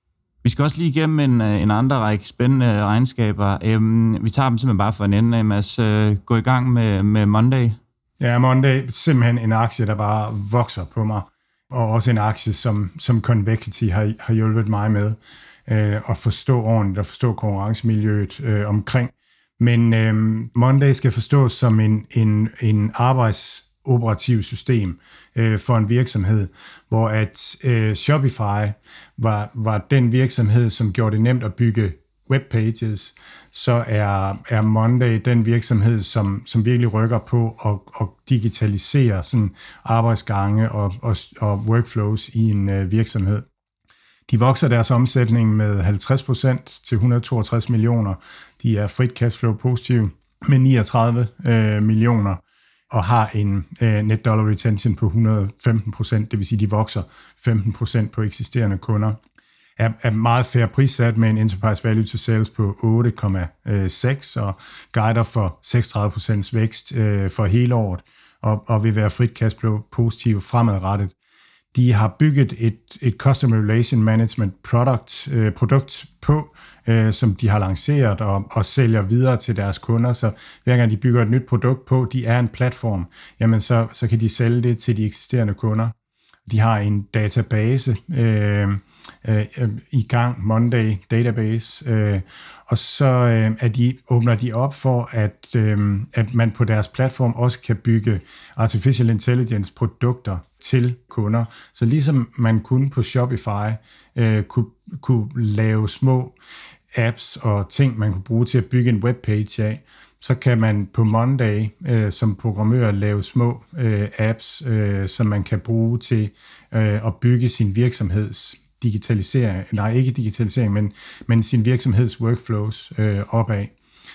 Vi skal også lige igennem en, en andre række spændende regnskaber. Øhm, vi tager dem simpelthen bare for en ende, Mads. Øh, gå i gang med, med Monday. Ja, Monday simpelthen en aktie, der bare vokser på mig. Og også en aktie, som, som Convexity har, har hjulpet mig med øh, at forstå ordentligt og forstå konkurrencemiljøet øh, omkring. Men øh, Monday skal forstås som en, en, en arbejdsoperativ system øh, for en virksomhed, hvor at øh, Shopify var, var den virksomhed, som gjorde det nemt at bygge webpages, så er, er Monday den virksomhed, som, som virkelig rykker på og, og digitaliserer sådan arbejdsgange og, og, og workflows i en øh, virksomhed. De vokser deres omsætning med halvtreds procent til et hundrede og toogtres millioner. De er frit cashflow positive med niogtredive øh, millioner og har en øh, net dollar retention på et hundrede og femten procent, det vil sige, de vokser femten procent på eksisterende kunder. Er, er meget fair prissat med en enterprise value to sales på otte komma seks og guider for seksogtredive procent vækst øh, for hele året og, og vil være frit cashflow positiv fremadrettet. De har bygget et, et Customer Relation Management product, øh, produkt på, øh, som de har lanceret og, og sælger videre til deres kunder. Så hver gang de bygger et nyt produkt på, de er en platform, jamen så, så kan de sælge det til de eksisterende kunder. De har en database øh, øh, i gang, Monday Database, øh, og så øh, er de, åbner de op for, at, øh, at man på deres platform også kan bygge Artificial Intelligence produkter til kunder. Så ligesom man kunne på Shopify, øh, kunne, kunne lave små apps og ting, man kunne bruge til at bygge en webpage af, så kan man på Monday øh, som programmør lave små øh, apps, øh, som man kan bruge til øh, at bygge sin virksomheds digitalisering, nej ikke digitalisering, men, men sin virksomheds workflows øh, opad.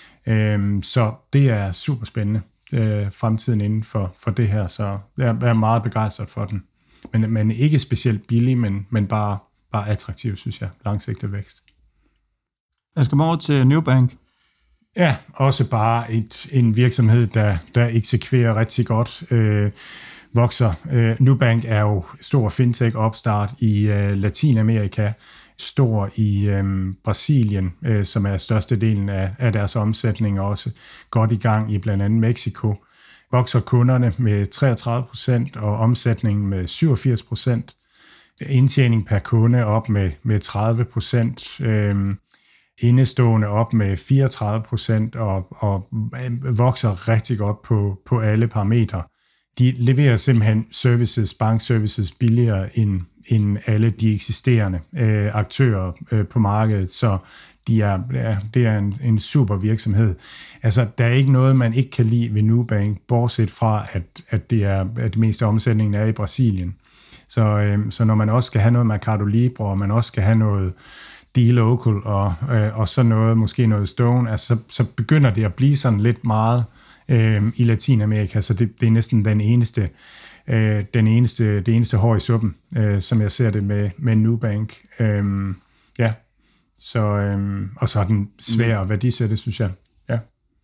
Øh, så det er super spændende øh, fremtiden inden for, for det her, så jeg er meget begejstret for den. Men, men ikke specielt billig, men, men bare, bare attraktiv, synes jeg, langsigtet vækst. Jeg skal over til Nubank. Ja, også bare et, en virksomhed, der, der eksekverer rigtig godt, øh, vokser. Øh, Nubank er jo stor fintech-opstart i øh, Latinamerika, stor i øh, Brasilien, øh, som er størstedelen af, af deres omsætning, og også godt i gang i blandt andet Mexico. Vokser kunderne med treogtredive procent og omsætningen med syvogfirs procent. Indtjening per kunde op med, med tredive procent. Øh, indestående op med fireogtredive procent og, og vokser rigtig godt på, på alle parametre. De leverer simpelthen services, bankservices billigere end, end alle de eksisterende øh, aktører øh, på markedet, så de er, ja, det er en, en super virksomhed. Altså, der er ikke noget, man ikke kan lide ved Nubank, bortset fra, at, at, det er, at det meste af omsætningen er i Brasilien. Så, øh, så når man også skal have noget Mercado Libre, og man også skal have noget D-Local og, øh, og så noget, måske noget Stone, altså, så, så begynder det at blive sådan lidt meget øh, i Latinamerika, så det, det er næsten den eneste, øh, den eneste, det eneste hår i suppen, øh, som jeg ser det med, med Nubank. Øh, ja, så, øh, og så er den svær at værdisætte, synes jeg. Ja.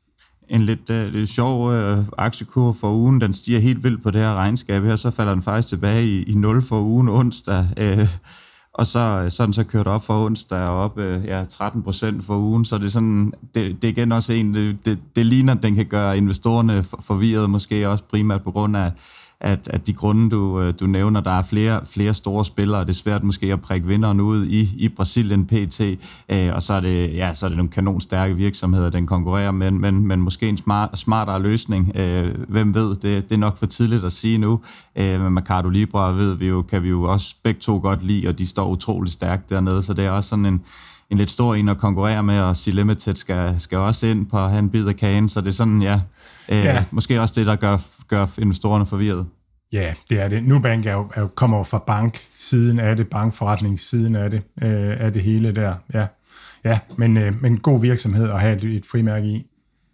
En lidt, uh, lidt sjov uh, aktiekurve for ugen, den stiger helt vildt på det her regnskab her, så falder den faktisk tilbage i, i nul for ugen onsdag, uh, og så sådan så kørt op for onsdag og op uh, ja, tretten procent for ugen, så det er sådan, det, det er igen også en, det, det, det ligner, at den kan gøre investorerne forvirret, måske også primært på grund af, at, at de grunde, du, du nævner, der er flere, flere store spillere, det er svært måske at prikke vinderen ud i, i Brasilien P T, øh, og så er, det, ja, så er det nogle kanonstærke virksomheder, den konkurrerer med, men, men måske en smart, smartere løsning. Øh, hvem ved, det, det er nok for tidligt at sige nu. Øh, med Mercado Libre ved vi jo, kan vi jo også begge to godt lide, og de står utroligt stærkt dernede, så det er også sådan en, en lidt stor en at konkurrere med, og C-Limited skal, skal også ind på at have en bid af kagen, så det er sådan, ja, øh, ja. måske også det, der gør, gør investorerne forvirret. Ja, det er det. Nubank er jo, er jo, kommer jo fra banksiden af det, bankforretningssiden af det, øh, af det hele der. Ja, ja men, øh, men god virksomhed at have et, et frimærke i.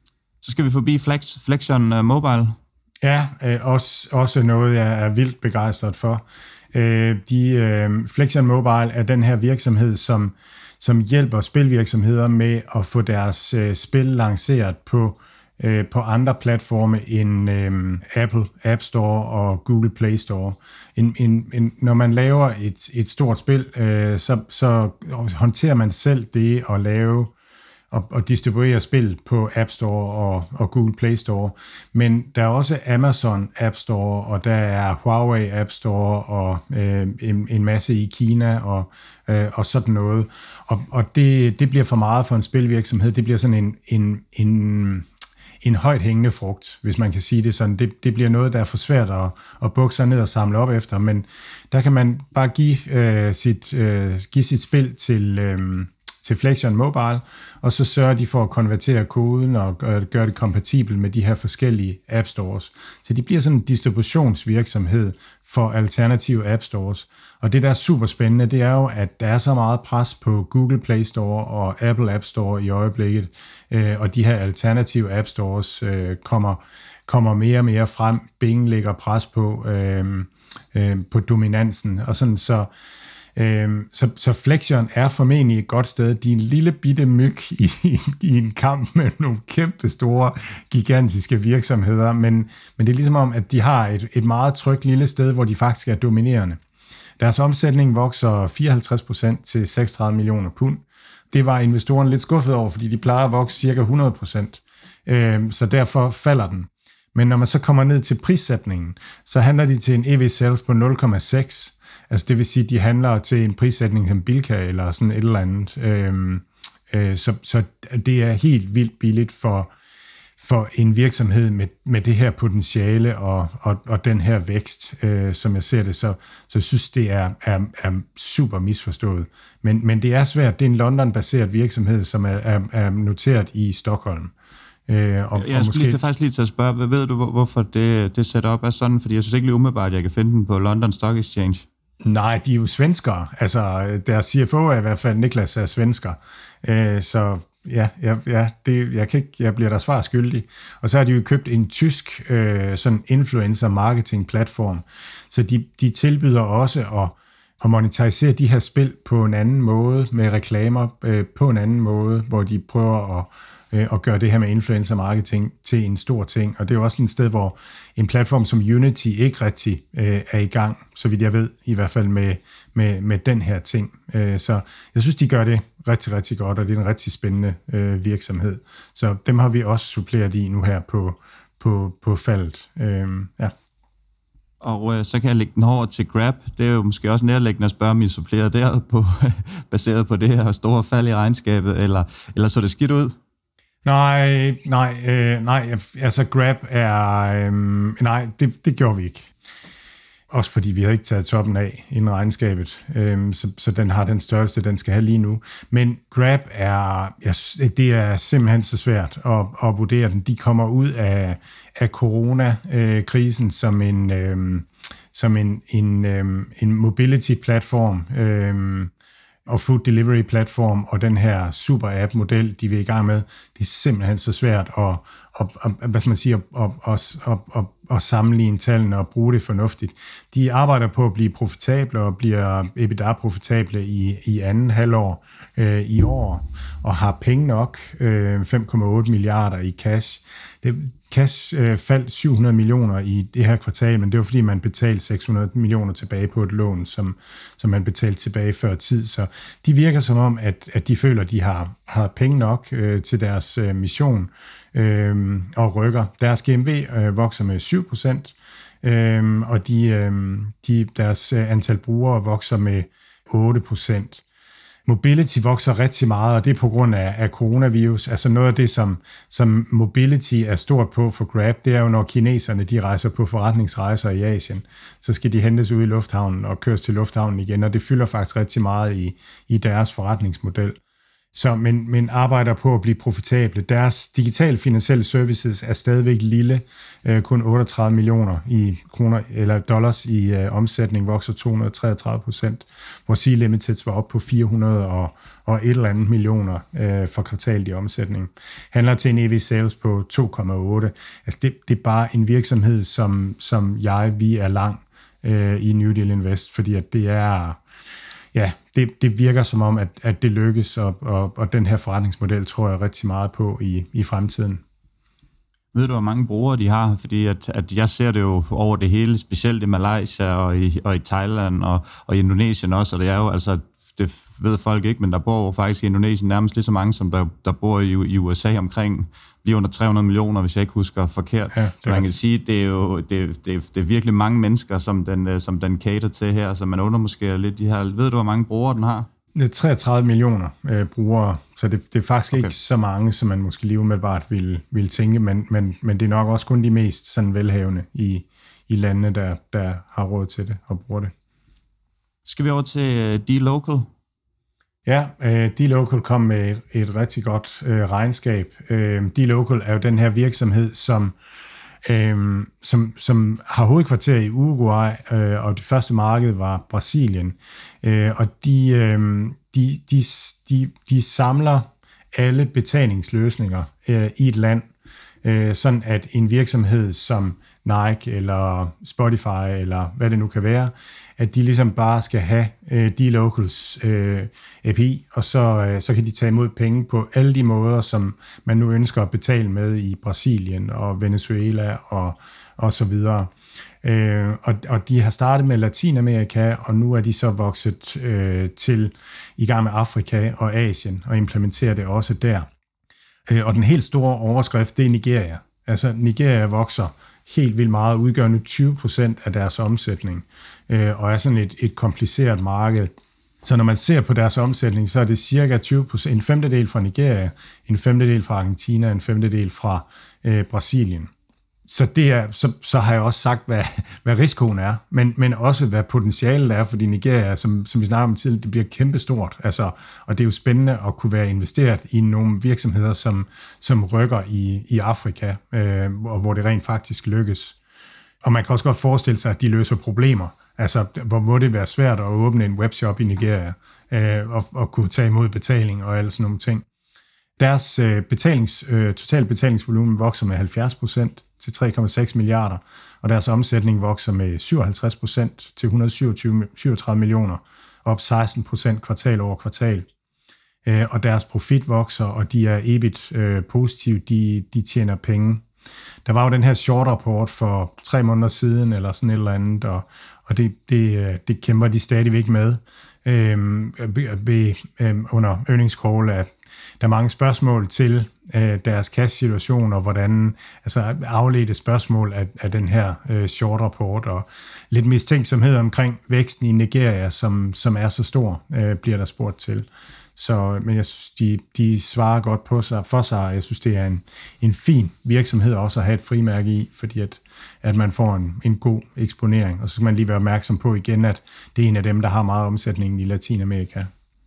Så skal vi forbi Flex, Flexion uh, Mobile. Ja, øh, også, også noget, jeg er vildt begejstret for. Øh, de, øh, Flexion Mobile er den her virksomhed, som, som hjælper spilvirksomheder med at få deres øh, spil lanceret på øh, på andre platforme end øh, Apple App Store og Google Play Store. En, en, en, når man laver et, et stort spil, øh, så, så håndterer man selv det at lave og, og distribuere spil på App Store og, og Google Play Store. Men der er også Amazon App Store, og der er Huawei App Store, og øh, en, en masse i Kina, og, øh, og sådan noget. Og, og det, det bliver for meget for en spilvirksomhed. Det bliver sådan en, en, en, en højt hængende frugt, hvis man kan sige det sådan. Det, det bliver noget, der er for svært at, at bukke sig ned og samle op efter, men der kan man bare give, øh, sit, øh, give sit spil til... Øh, til Flexion Mobile, og så sørger de for at konvertere koden og gøre det kompatibelt med de her forskellige app stores. Så de bliver sådan en distributionsvirksomhed for alternative app stores. Og det, der er super spændende, det er jo, at der er så meget pres på Google Play Store og Apple App Store i øjeblikket, og de her alternative app stores kommer, kommer mere og mere frem. Bing lægger pres på, øh, øh, på dominansen, og sådan så Så, så Flexion er formentlig et godt sted. De er en lille bitte myg i, i en kamp med nogle kæmpe store, gigantiske virksomheder, men, men det er ligesom om, at de har et, et meget trygt lille sted, hvor de faktisk er dominerende. Deres omsætning vokser fireoghalvtreds procent til seksogtredive millioner pund. Det var investorerne lidt skuffet over, fordi de plejer at vokse cirka hundrede procent, så derfor falder den. Men når man så kommer ned til prissætningen, så handler de til en E V sales på nul komma seks. Altså det vil sige, at de handler til en prissætning som Bilka eller sådan et eller andet. Øhm, øh, så, så det er helt vildt billigt for, for en virksomhed med, med det her potentiale og, og, og den her vækst, øh, som jeg ser det. Så, så jeg synes, det er, er, er super misforstået. Men, men det er svært. Det er en London-baseret virksomhed, som er, er, er noteret i Stockholm. Øh, og, jeg og skulle måske... lige, faktisk lige til at spørge, ved du, hvorfor det, det setup er sådan? Fordi jeg synes ikke lige umiddelbart, at jeg kan finde den på London Stock Exchange. Nej, de er jo svenskere. Altså, deres C F O er i hvert fald, Niklas er svensker. Øh, så ja, ja, ja det, jeg, kan ikke, jeg bliver der svar skyldig. Og så har de jo købt en tysk øh, sådan influencer-marketing-platform. Så de, de tilbyder også at, at monetarisere de her spil på en anden måde, med reklamer øh, på en anden måde, hvor de prøver at og gøre det her med influencer marketing til en stor ting. Og det er jo også et sted, hvor en platform som Unity ikke rigtig øh, er i gang, så vidt jeg ved, i hvert fald med, med, med den her ting. Øh, så jeg synes, de gør det rigtig, rigtig godt, og det er en rigtig spændende øh, virksomhed. Så dem har vi også suppleret i nu her på, på, på faldet. Øh, ja. Og øh, så kan jeg lægge den over til Grab. Det er jo måske også nærliggende at spørge, om I supplerer der på, baseret på det her store fald i regnskabet, eller, eller så det skidt ud? Nej, nej, øh, nej, altså Grab er, øh, nej, det, det gjorde vi ikke. Også fordi vi havde ikke taget toppen af inden regnskabet, øh, så, så den har den størrelse, den skal have lige nu. Men Grab er, ja, det er simpelthen så svært at, at vurdere den. De kommer ud af, af corona-krisen som en, øh, som en, en, øh, en mobility-platform, øh, og food delivery platform, og den her super app model, de vil i gang med, det er simpelthen så svært at, at, at, hvad skal man sige, at, at, at, at, at sammenligne tallene og bruge det fornuftigt. De arbejder på at blive profitable og bliver EBITDA-profitable i, i anden halvår øh, i år, og har penge nok, øh, fem komma otte milliarder i cash. Det, Cash øh, faldt syv hundrede millioner i det her kvartal, men det var fordi, man betalte seks hundrede millioner tilbage på et lån, som, som man betalte tilbage før tid. Så de virker som om, at, at de føler, at de har, har penge nok øh, til deres øh, mission øh, og rykker. Deres G M V øh, vokser med syv procent, øh, og de, øh, de, deres øh, antal brugere vokser med otte procent. Mobility vokser rigtig meget, og det er på grund af, af coronavirus. Altså noget af det, som, som mobility er stort på for Grab, det er jo, når kineserne de rejser på forretningsrejser i Asien, så skal de hentes ud i lufthavnen og køres til lufthavnen igen, og det fylder faktisk rigtig meget i, i deres forretningsmodel. Så, men, men arbejder på at blive profitable. Deres digitale finansielle services er stadigvæk lille, øh, kun otteogtredive millioner i kroner eller dollars i øh, omsætning, vokser to hundrede og treogtredive procent, hvor Sea Limited var op på fire hundrede og, og et eller andet millioner øh, for kvartalet i omsætning. Handler til en E V sales på to komma otte. Altså det, det er bare en virksomhed, som, som jeg, vi er lang øh, i New Deal Invest, fordi at det er... Ja, det, det virker som om, at, at det lykkes, og, og, og den her forretningsmodel tror jeg rigtig meget på i, i fremtiden. Ved du, hvor mange brugere de har? Fordi at, at jeg ser det jo over det hele, specielt i Malaysia og i, og i Thailand og, og i Indonesien også, og det er jo altså, det ved folk ikke, men der bor faktisk i Indonesien nærmest lige så mange, som der, der bor i, i U S A omkring lige under tre hundrede millioner, hvis jeg ikke husker forkert. Ja, så man kan sige, det er jo det, det, det er virkelig mange mennesker, som den, som den cater til her, så man undrer måske lidt de her. Ved du, hvor mange brugere den har? Det er treogtredive millioner øh, brugere, så det, det er faktisk okay. Ikke så mange, som man måske lige umiddelbart vil, vil tænke, men, men, men det er nok også kun de mest sådan velhavende i, i landene, der, der har råd til det og bruger det. Skal vi over til uh, dLocal? Ja, øh, dLocal kom med et, et rigtig godt øh, regnskab. Øh, dLocal er jo den her virksomhed, som, øh, som, som har hovedkvarter i Uruguay, øh, og det første marked var Brasilien. Øh, og de, øh, de, de, de, de samler alle betalingsløsninger øh, i et land, øh, sådan at en virksomhed som Nike eller Spotify eller hvad det nu kan være, at de ligesom bare skal have øh, dLocals øh, A P I, og så, øh, så kan de tage imod penge på alle de måder, som man nu ønsker at betale med i Brasilien og Venezuela og, og så videre. Øh, og, og de har startet med Latinamerika, og nu er de så vokset øh, til i gang med Afrika og Asien, og implementerer det også der. Øh, og den helt store overskrift, det er Nigeria. Altså Nigeria vokser helt vildt meget, udgør nu tyve procent af deres omsætning, øh, og er sådan et, et kompliceret marked. Så når man ser på deres omsætning, så er det cirka tyve procent, en femtedel fra Nigeria, en femtedel fra Argentina, en femtedel fra øh, Brasilien. Så, det er, så, så har jeg også sagt, hvad, hvad risikoen er, men, men også hvad potentialet er, fordi Nigeria, som, som vi snakker om tidligere, det bliver kæmpestort. Altså, og det er jo spændende at kunne være investeret i nogle virksomheder, som, som rykker i, i Afrika, øh, og hvor det rent faktisk lykkes. Og man kan også godt forestille sig, at de løser problemer. Altså, hvor må det være svært at åbne en webshop i Nigeria, øh, og, og kunne tage imod betaling og alle sådan nogle ting. Deres øh, betalings, øh, total betalingsvolumen vokser med halvfjerds procent til tre komma seks milliarder, og deres omsætning vokser med syvoghalvtreds procent til et hundrede og syvogtredive millioner, op seksten procent kvartal over kvartal. Øh, og deres profit vokser, og de er E B I T øh, positive, de, de tjener penge. Der var jo den her short-rapport for tre måneder siden, eller sådan et eller andet, og, og det, det, det kæmper de stadigvæk med. Øhm, be, øhm, under earnings call, at der er mange spørgsmål til øh, deres cash-situation, og hvordan, altså afledte spørgsmål af, af den her øh, short-rapport, og lidt mistænksomhed omkring væksten i Nigeria, som, som er så stor, øh, bliver der spurgt til. Så, men jeg synes, de, de svarer godt på sig, for sig, og jeg synes, det er en, en fin virksomhed også at have et frimærke i, fordi at, at man får en, en god eksponering, og så skal man lige være opmærksom på igen, at det er en af dem, der har meget omsætning i Latinamerika.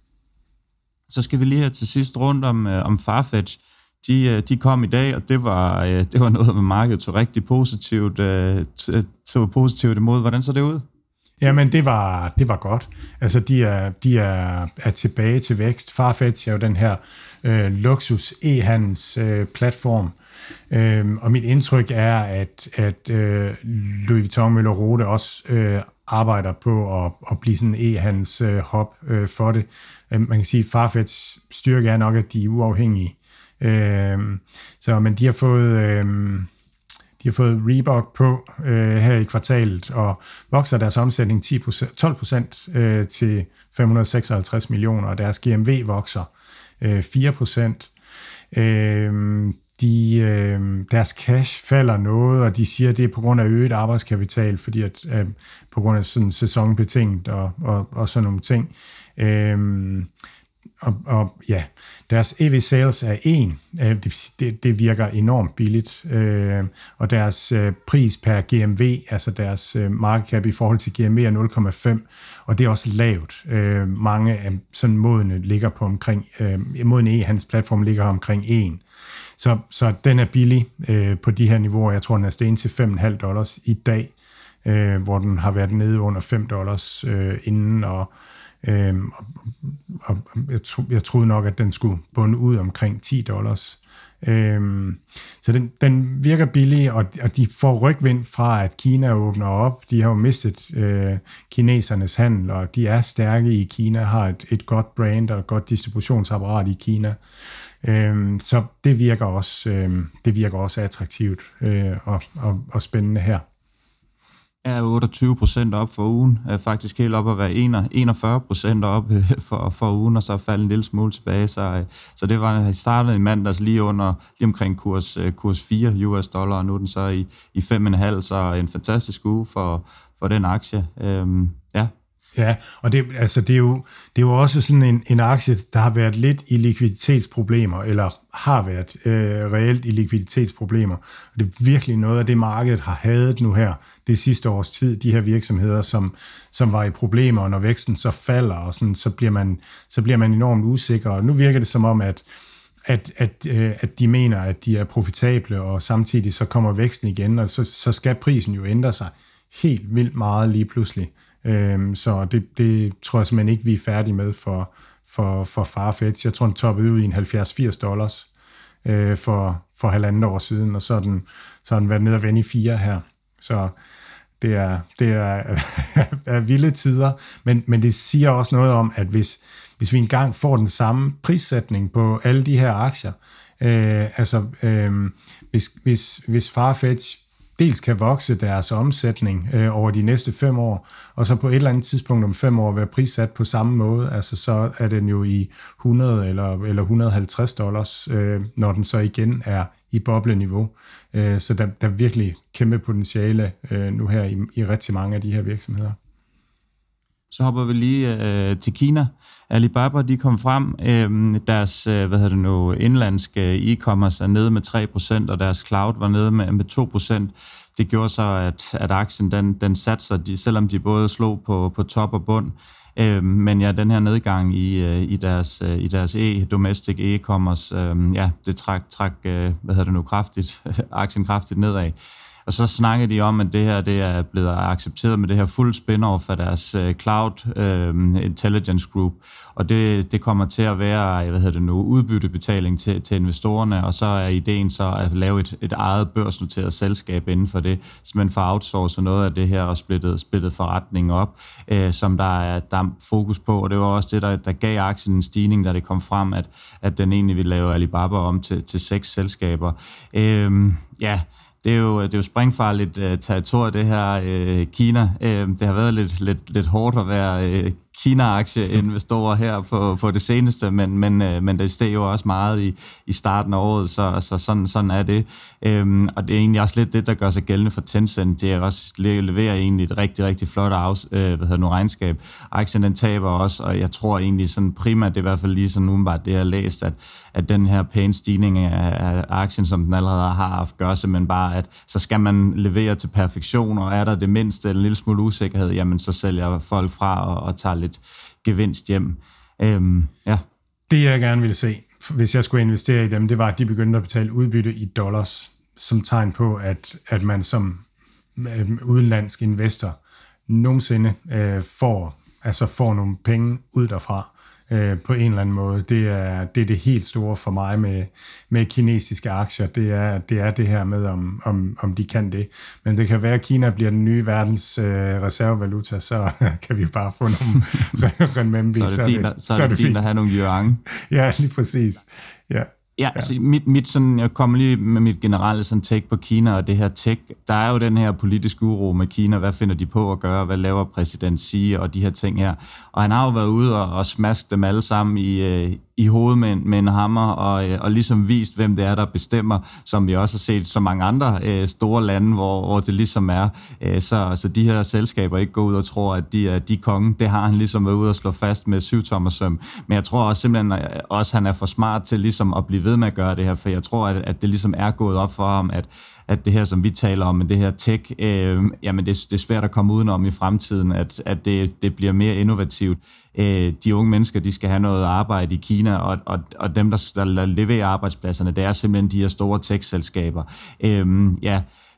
Så skal vi lige her til sidst rundt om, øh, om Farfetch. De, de kom i dag, og det var, øh, det var noget med markedet tog rigtig positivt, øh, tog positivt imod. Hvordan så det ud? Jamen, det var, det var godt. Altså, de er, de er, er tilbage til vækst. Farfetch er jo den her øh, luksus e-handels øh, platform. Øhm, og mit indtryk er, at, at øh, Louis Vuitton Møller Rode også øh, arbejder på at, at blive sådan en e-handels øh, hub øh, for det. Man kan sige, at Farfetch styrke er nok, at de er uafhængige. Øh, så, men de har fået... Øh, De har fået Reebok på øh, her i kvartalet, og vokser deres omsætning ti procent, tolv procent øh, til fem hundrede og seksoghalvtreds millioner, og deres G M V vokser øh, fire procent. Øh, de, øh, deres cash falder noget, og de siger, at det er på grund af øget arbejdskapital, fordi at øh, på grund af sådan sæsonbetinget og, og, og sådan nogle ting. Øh, Og, og ja, deres E V sales er en, det, det virker enormt billigt, øh, og deres øh, pris per G M V, altså deres øh, market cap i forhold til G M V er nul komma fem, og det er også lavt. Øh, mange af sådan modne ligger på omkring, øh, modne e-handels platform ligger omkring en. Så, så den er billig øh, på de her niveauer. Jeg tror, den er steget til fem komma fem dollars i dag, øh, hvor den har været nede under fem dollars øh, inden, og Øhm, og, og jeg, tro, jeg troede nok, at den skulle bunde ud omkring ti dollars. Øhm, så den, den virker billig, og, og de får rygvind fra, at Kina åbner op. De har jo mistet øh, kinesernes handel, og de er stærke i Kina, har et, et godt brand og et godt distributionsapparat i Kina. Øh, så det virker også, øh, det virker også attraktivt øh, og, og, og spændende her. Er otteogtyve procent op for ugen, er faktisk helt op at være enogfyrre procent op for, for ugen, og så falde en lille smule tilbage. Så, så det var startet i mandags lige under, lige omkring kurs, kurs fire U S dollar, og nu er den så i, i fem komma fem, så en fantastisk uge for, for den aktie. Øhm, ja. Ja, og det, altså det, er jo, det er jo også sådan en, en aktie, der har været lidt i likviditetsproblemer, eller har været øh, reelt i likviditetsproblemer. Og det er virkelig noget af det, markedet har hadet nu her, det sidste års tid, de her virksomheder, som, som var i problemer, og når væksten så falder, og sådan, så, bliver man, så bliver man enormt usikker. Og nu virker det som om, at, at, at, øh, at de mener, at de er profitable, og samtidig så kommer væksten igen, og så, så skal prisen jo ændre sig helt vildt meget lige pludselig. Øhm, så det, det tror jeg simpelthen ikke, vi er færdige med for, for, for Farfetch. Jeg tror, den toppede ud i en halvfjerds til firs dollars øh, for, for halvandet år siden, og så har den, så har den været ned og vende i fire her. Så det er, det er, er vilde tider, men, men det siger også noget om, at hvis, hvis vi engang får den samme prissætning på alle de her aktier, øh, altså øh, hvis, hvis, hvis Farfetch dels kan vokse deres omsætning øh, over de næste fem år, og så på et eller andet tidspunkt om fem år være prissat på samme måde, altså så er den jo i hundrede eller, eller et hundrede og halvtreds dollars, øh, når den så igen er i bobleniveau. Øh, så der, der er virkelig kæmpe potentiale øh, nu her i, i rigtig mange af de her virksomheder. Så hopper vi lige øh, til Kina. Alibaba, de kom frem. Øh, deres øh, hvad hedder det nu, indlandske e-commerce er nede med tre procent, og deres cloud var nede med, med to procent. Det gjorde så, at, at aktien den, den satte sig, de, selvom de både slog på, på top og bund. Øh, men ja, den her nedgang i, øh, i deres, øh, i deres e-domestic e-commerce, øh, ja, det trak, trak øh, hvad hedder det nu, kraftigt, aktien kraftigt nedad. Og så snakkede de om, at det her det er blevet accepteret med det her fuld spin-off af deres uh, Cloud uh, Intelligence Group. Og det, det kommer til at være, hvad hedder det nu, udbyttebetaling til, til investorerne, og så er ideen så at lave et, et eget børsnoteret selskab inden for det, så man får outsourcet noget af det her og splittet, splittet forretningen op, uh, som der er, der er fokus på. Og det var også det, der, der gav aktien en stigning, da det kom frem, at, at den egentlig ville lave Alibaba om til, til seks selskaber. Uh, ja, Det er jo, det er jo springfarligt uh, territorium, det her uh, Kina. Uh, det har været lidt, lidt, lidt hårdt at være uh, Kina-aktieinvestorer her på, på det seneste, men, men, uh, men det steg jo også meget i, i starten af året, så, så sådan, sådan er det. Um, og det er egentlig også lidt det, der gør sig gældende for Tencent. Det er også leverer egentlig et rigtig, rigtig flot afs, uh, hvad hedder nu, regnskab. Aktien den taber også, og jeg tror egentlig sådan primært, det er i hvert fald lige sådan umiddelbart det, jeg har læst, at, at den her pæne stigning af, af aktien, som den allerede har haft, gør simpelthen bare, at så skal man levere til perfektion, og er der det mindste eller en lille smule usikkerhed, jamen så sælger folk fra og, og tager lidt gevinst hjem. Øhm, ja. Det jeg gerne ville se, hvis jeg skulle investere i dem, det var, at de begyndte at betale udbytte i dollars, som tegn på, at, at man som øh, udenlandsk investor nogensinde øh, får, altså får nogle penge ud derfra. På en eller anden måde. Det er det, er det helt store for mig med, med kinesiske aktier. Det er, det er det her med, om, om, om de kan det. Men det kan være, at Kina bliver den nye verdens øh, reservevaluta, så kan vi bare få nogle renminbi. Så er det, så fint, er det, så er det, så er det fint, fint at have nogle yuan. Ja, lige præcis. Ja. Ja, altså mit, mit sådan, jeg kommer lige med mit generelle sådan take på Kina og det her tech. Der er jo den her politiske uro med Kina. Hvad finder de på at gøre? Hvad laver præsident Xi og de her ting her? Og han har jo været ude og, og smasket dem alle sammen i, øh, i hovedet med, med en hammer og, øh, og ligesom vist, hvem det er, der bestemmer, som vi også har set så mange andre øh, store lande, hvor, hvor det ligesom er. Øh, så, så de her selskaber ikke går ud og tror, at de er de konge. Det har han ligesom været ude og slå fast med syvtommersøm. Men jeg tror også simpelthen også, at han er for smart til ligesom at blive ved med at gøre det her, for jeg tror, at, at det ligesom er gået op for ham, at, at det her, som vi taler om, det her tech, øh, jamen det, det er svært at komme udenom i fremtiden, at, at det, det bliver mere innovativt. Øh, de unge mennesker, de skal have noget arbejde i Kina, og, og, og dem, der, der leverer arbejdspladserne, det er simpelthen de her store tech-selskaber. Øh, ja,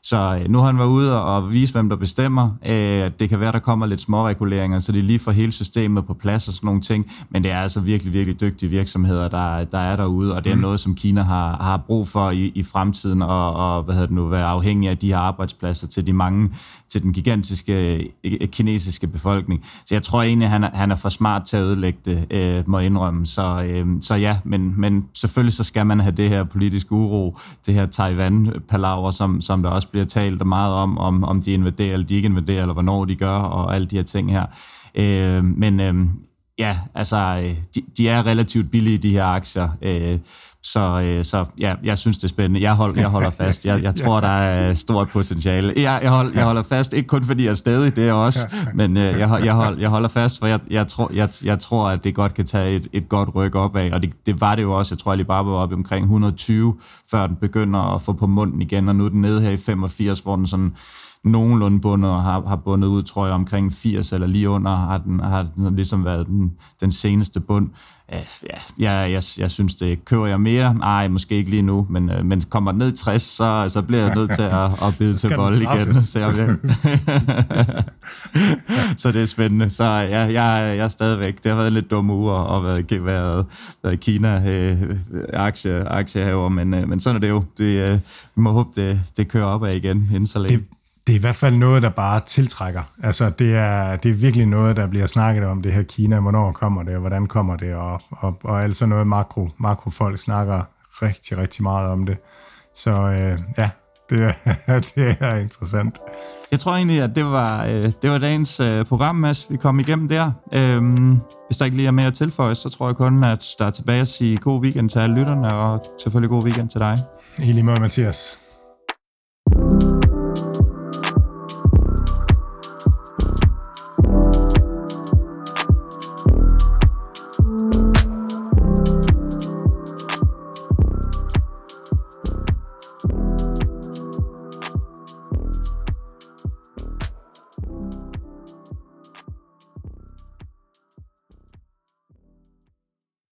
Så nu har han været ude og vise, hvem der bestemmer. Det kan være, der kommer lidt småreguleringer, så det lige får hele systemet på plads og sådan nogle ting, men det er altså virkelig, virkelig dygtige virksomheder, der, der er derude, og det er mm. noget, som Kina har, har brug for i, i fremtiden, og, og hvad hedder det nu, være afhængig af de her arbejdspladser til de mange, til den gigantiske kinesiske befolkning. Så jeg tror egentlig, han er, han er for smart til at ødelægge det, øh, må indrømme. Så, øh, så ja, men, men selvfølgelig så skal man have det her politiske uro, det her Taiwan-palaver, som, som der også bliver talt meget om, om, om de invaderer, eller de ikke invaderer, eller hvornår de gør, og alle de her ting her. Øh, men øh, ja, altså, de, de er relativt billige, de her aktier, øh, så, øh, så ja, jeg synes, det er spændende. Jeg, hold, jeg holder fast. Jeg, jeg tror, der er stort potentiale. Jeg, jeg, hold, jeg holder fast, ikke kun fordi jeg er stadig, det er også, men øh, jeg, jeg, hold, jeg holder fast, for jeg, jeg, tror, jeg, jeg tror, at det godt kan tage et, et godt ryk opad, og det, det var det jo også. Jeg tror, at Alibaba var oppe omkring et hundrede og tyve, før den begynder at få på munden igen, og nu er den nede her i femogfirs, hvor den sådan nogenlunde bundet og har, har bundet ud, tror jeg, omkring firs eller lige under, har den, har den ligesom været den, den seneste bund. Ja, jeg, jeg, jeg synes, det kører jeg mere. Nej, måske ikke lige nu, men, men kommer den ned i tres, så, så bliver jeg nødt til at, at bide til bold igen. Så, jeg, så det er spændende. Så ja, jeg, jeg er stadigvæk. Det har været lidt dumme uger at være, været, været Kina-aktie, aktiehaver, men, men sådan er det jo. Det, vi må håbe, det, det kører opad igen inden så længe. Det, det er i hvert fald noget, der bare tiltrækker. Altså, det er, det er virkelig noget, der bliver snakket om, det her Kina. Hvornår kommer det, og hvordan kommer det, og, og, og altså noget makro, makrofolk snakker rigtig, rigtig meget om det. Så øh, ja, det er, det er interessant. Jeg tror egentlig, at det var, øh, det var dagens øh, program, Mads. Vi kom igennem der. Øhm, hvis der ikke lige er mere at tilføje, så tror jeg kun, at der er tilbage at sige god weekend til alle lytterne, og selvfølgelig god weekend til dig. I lige måde, Mathias.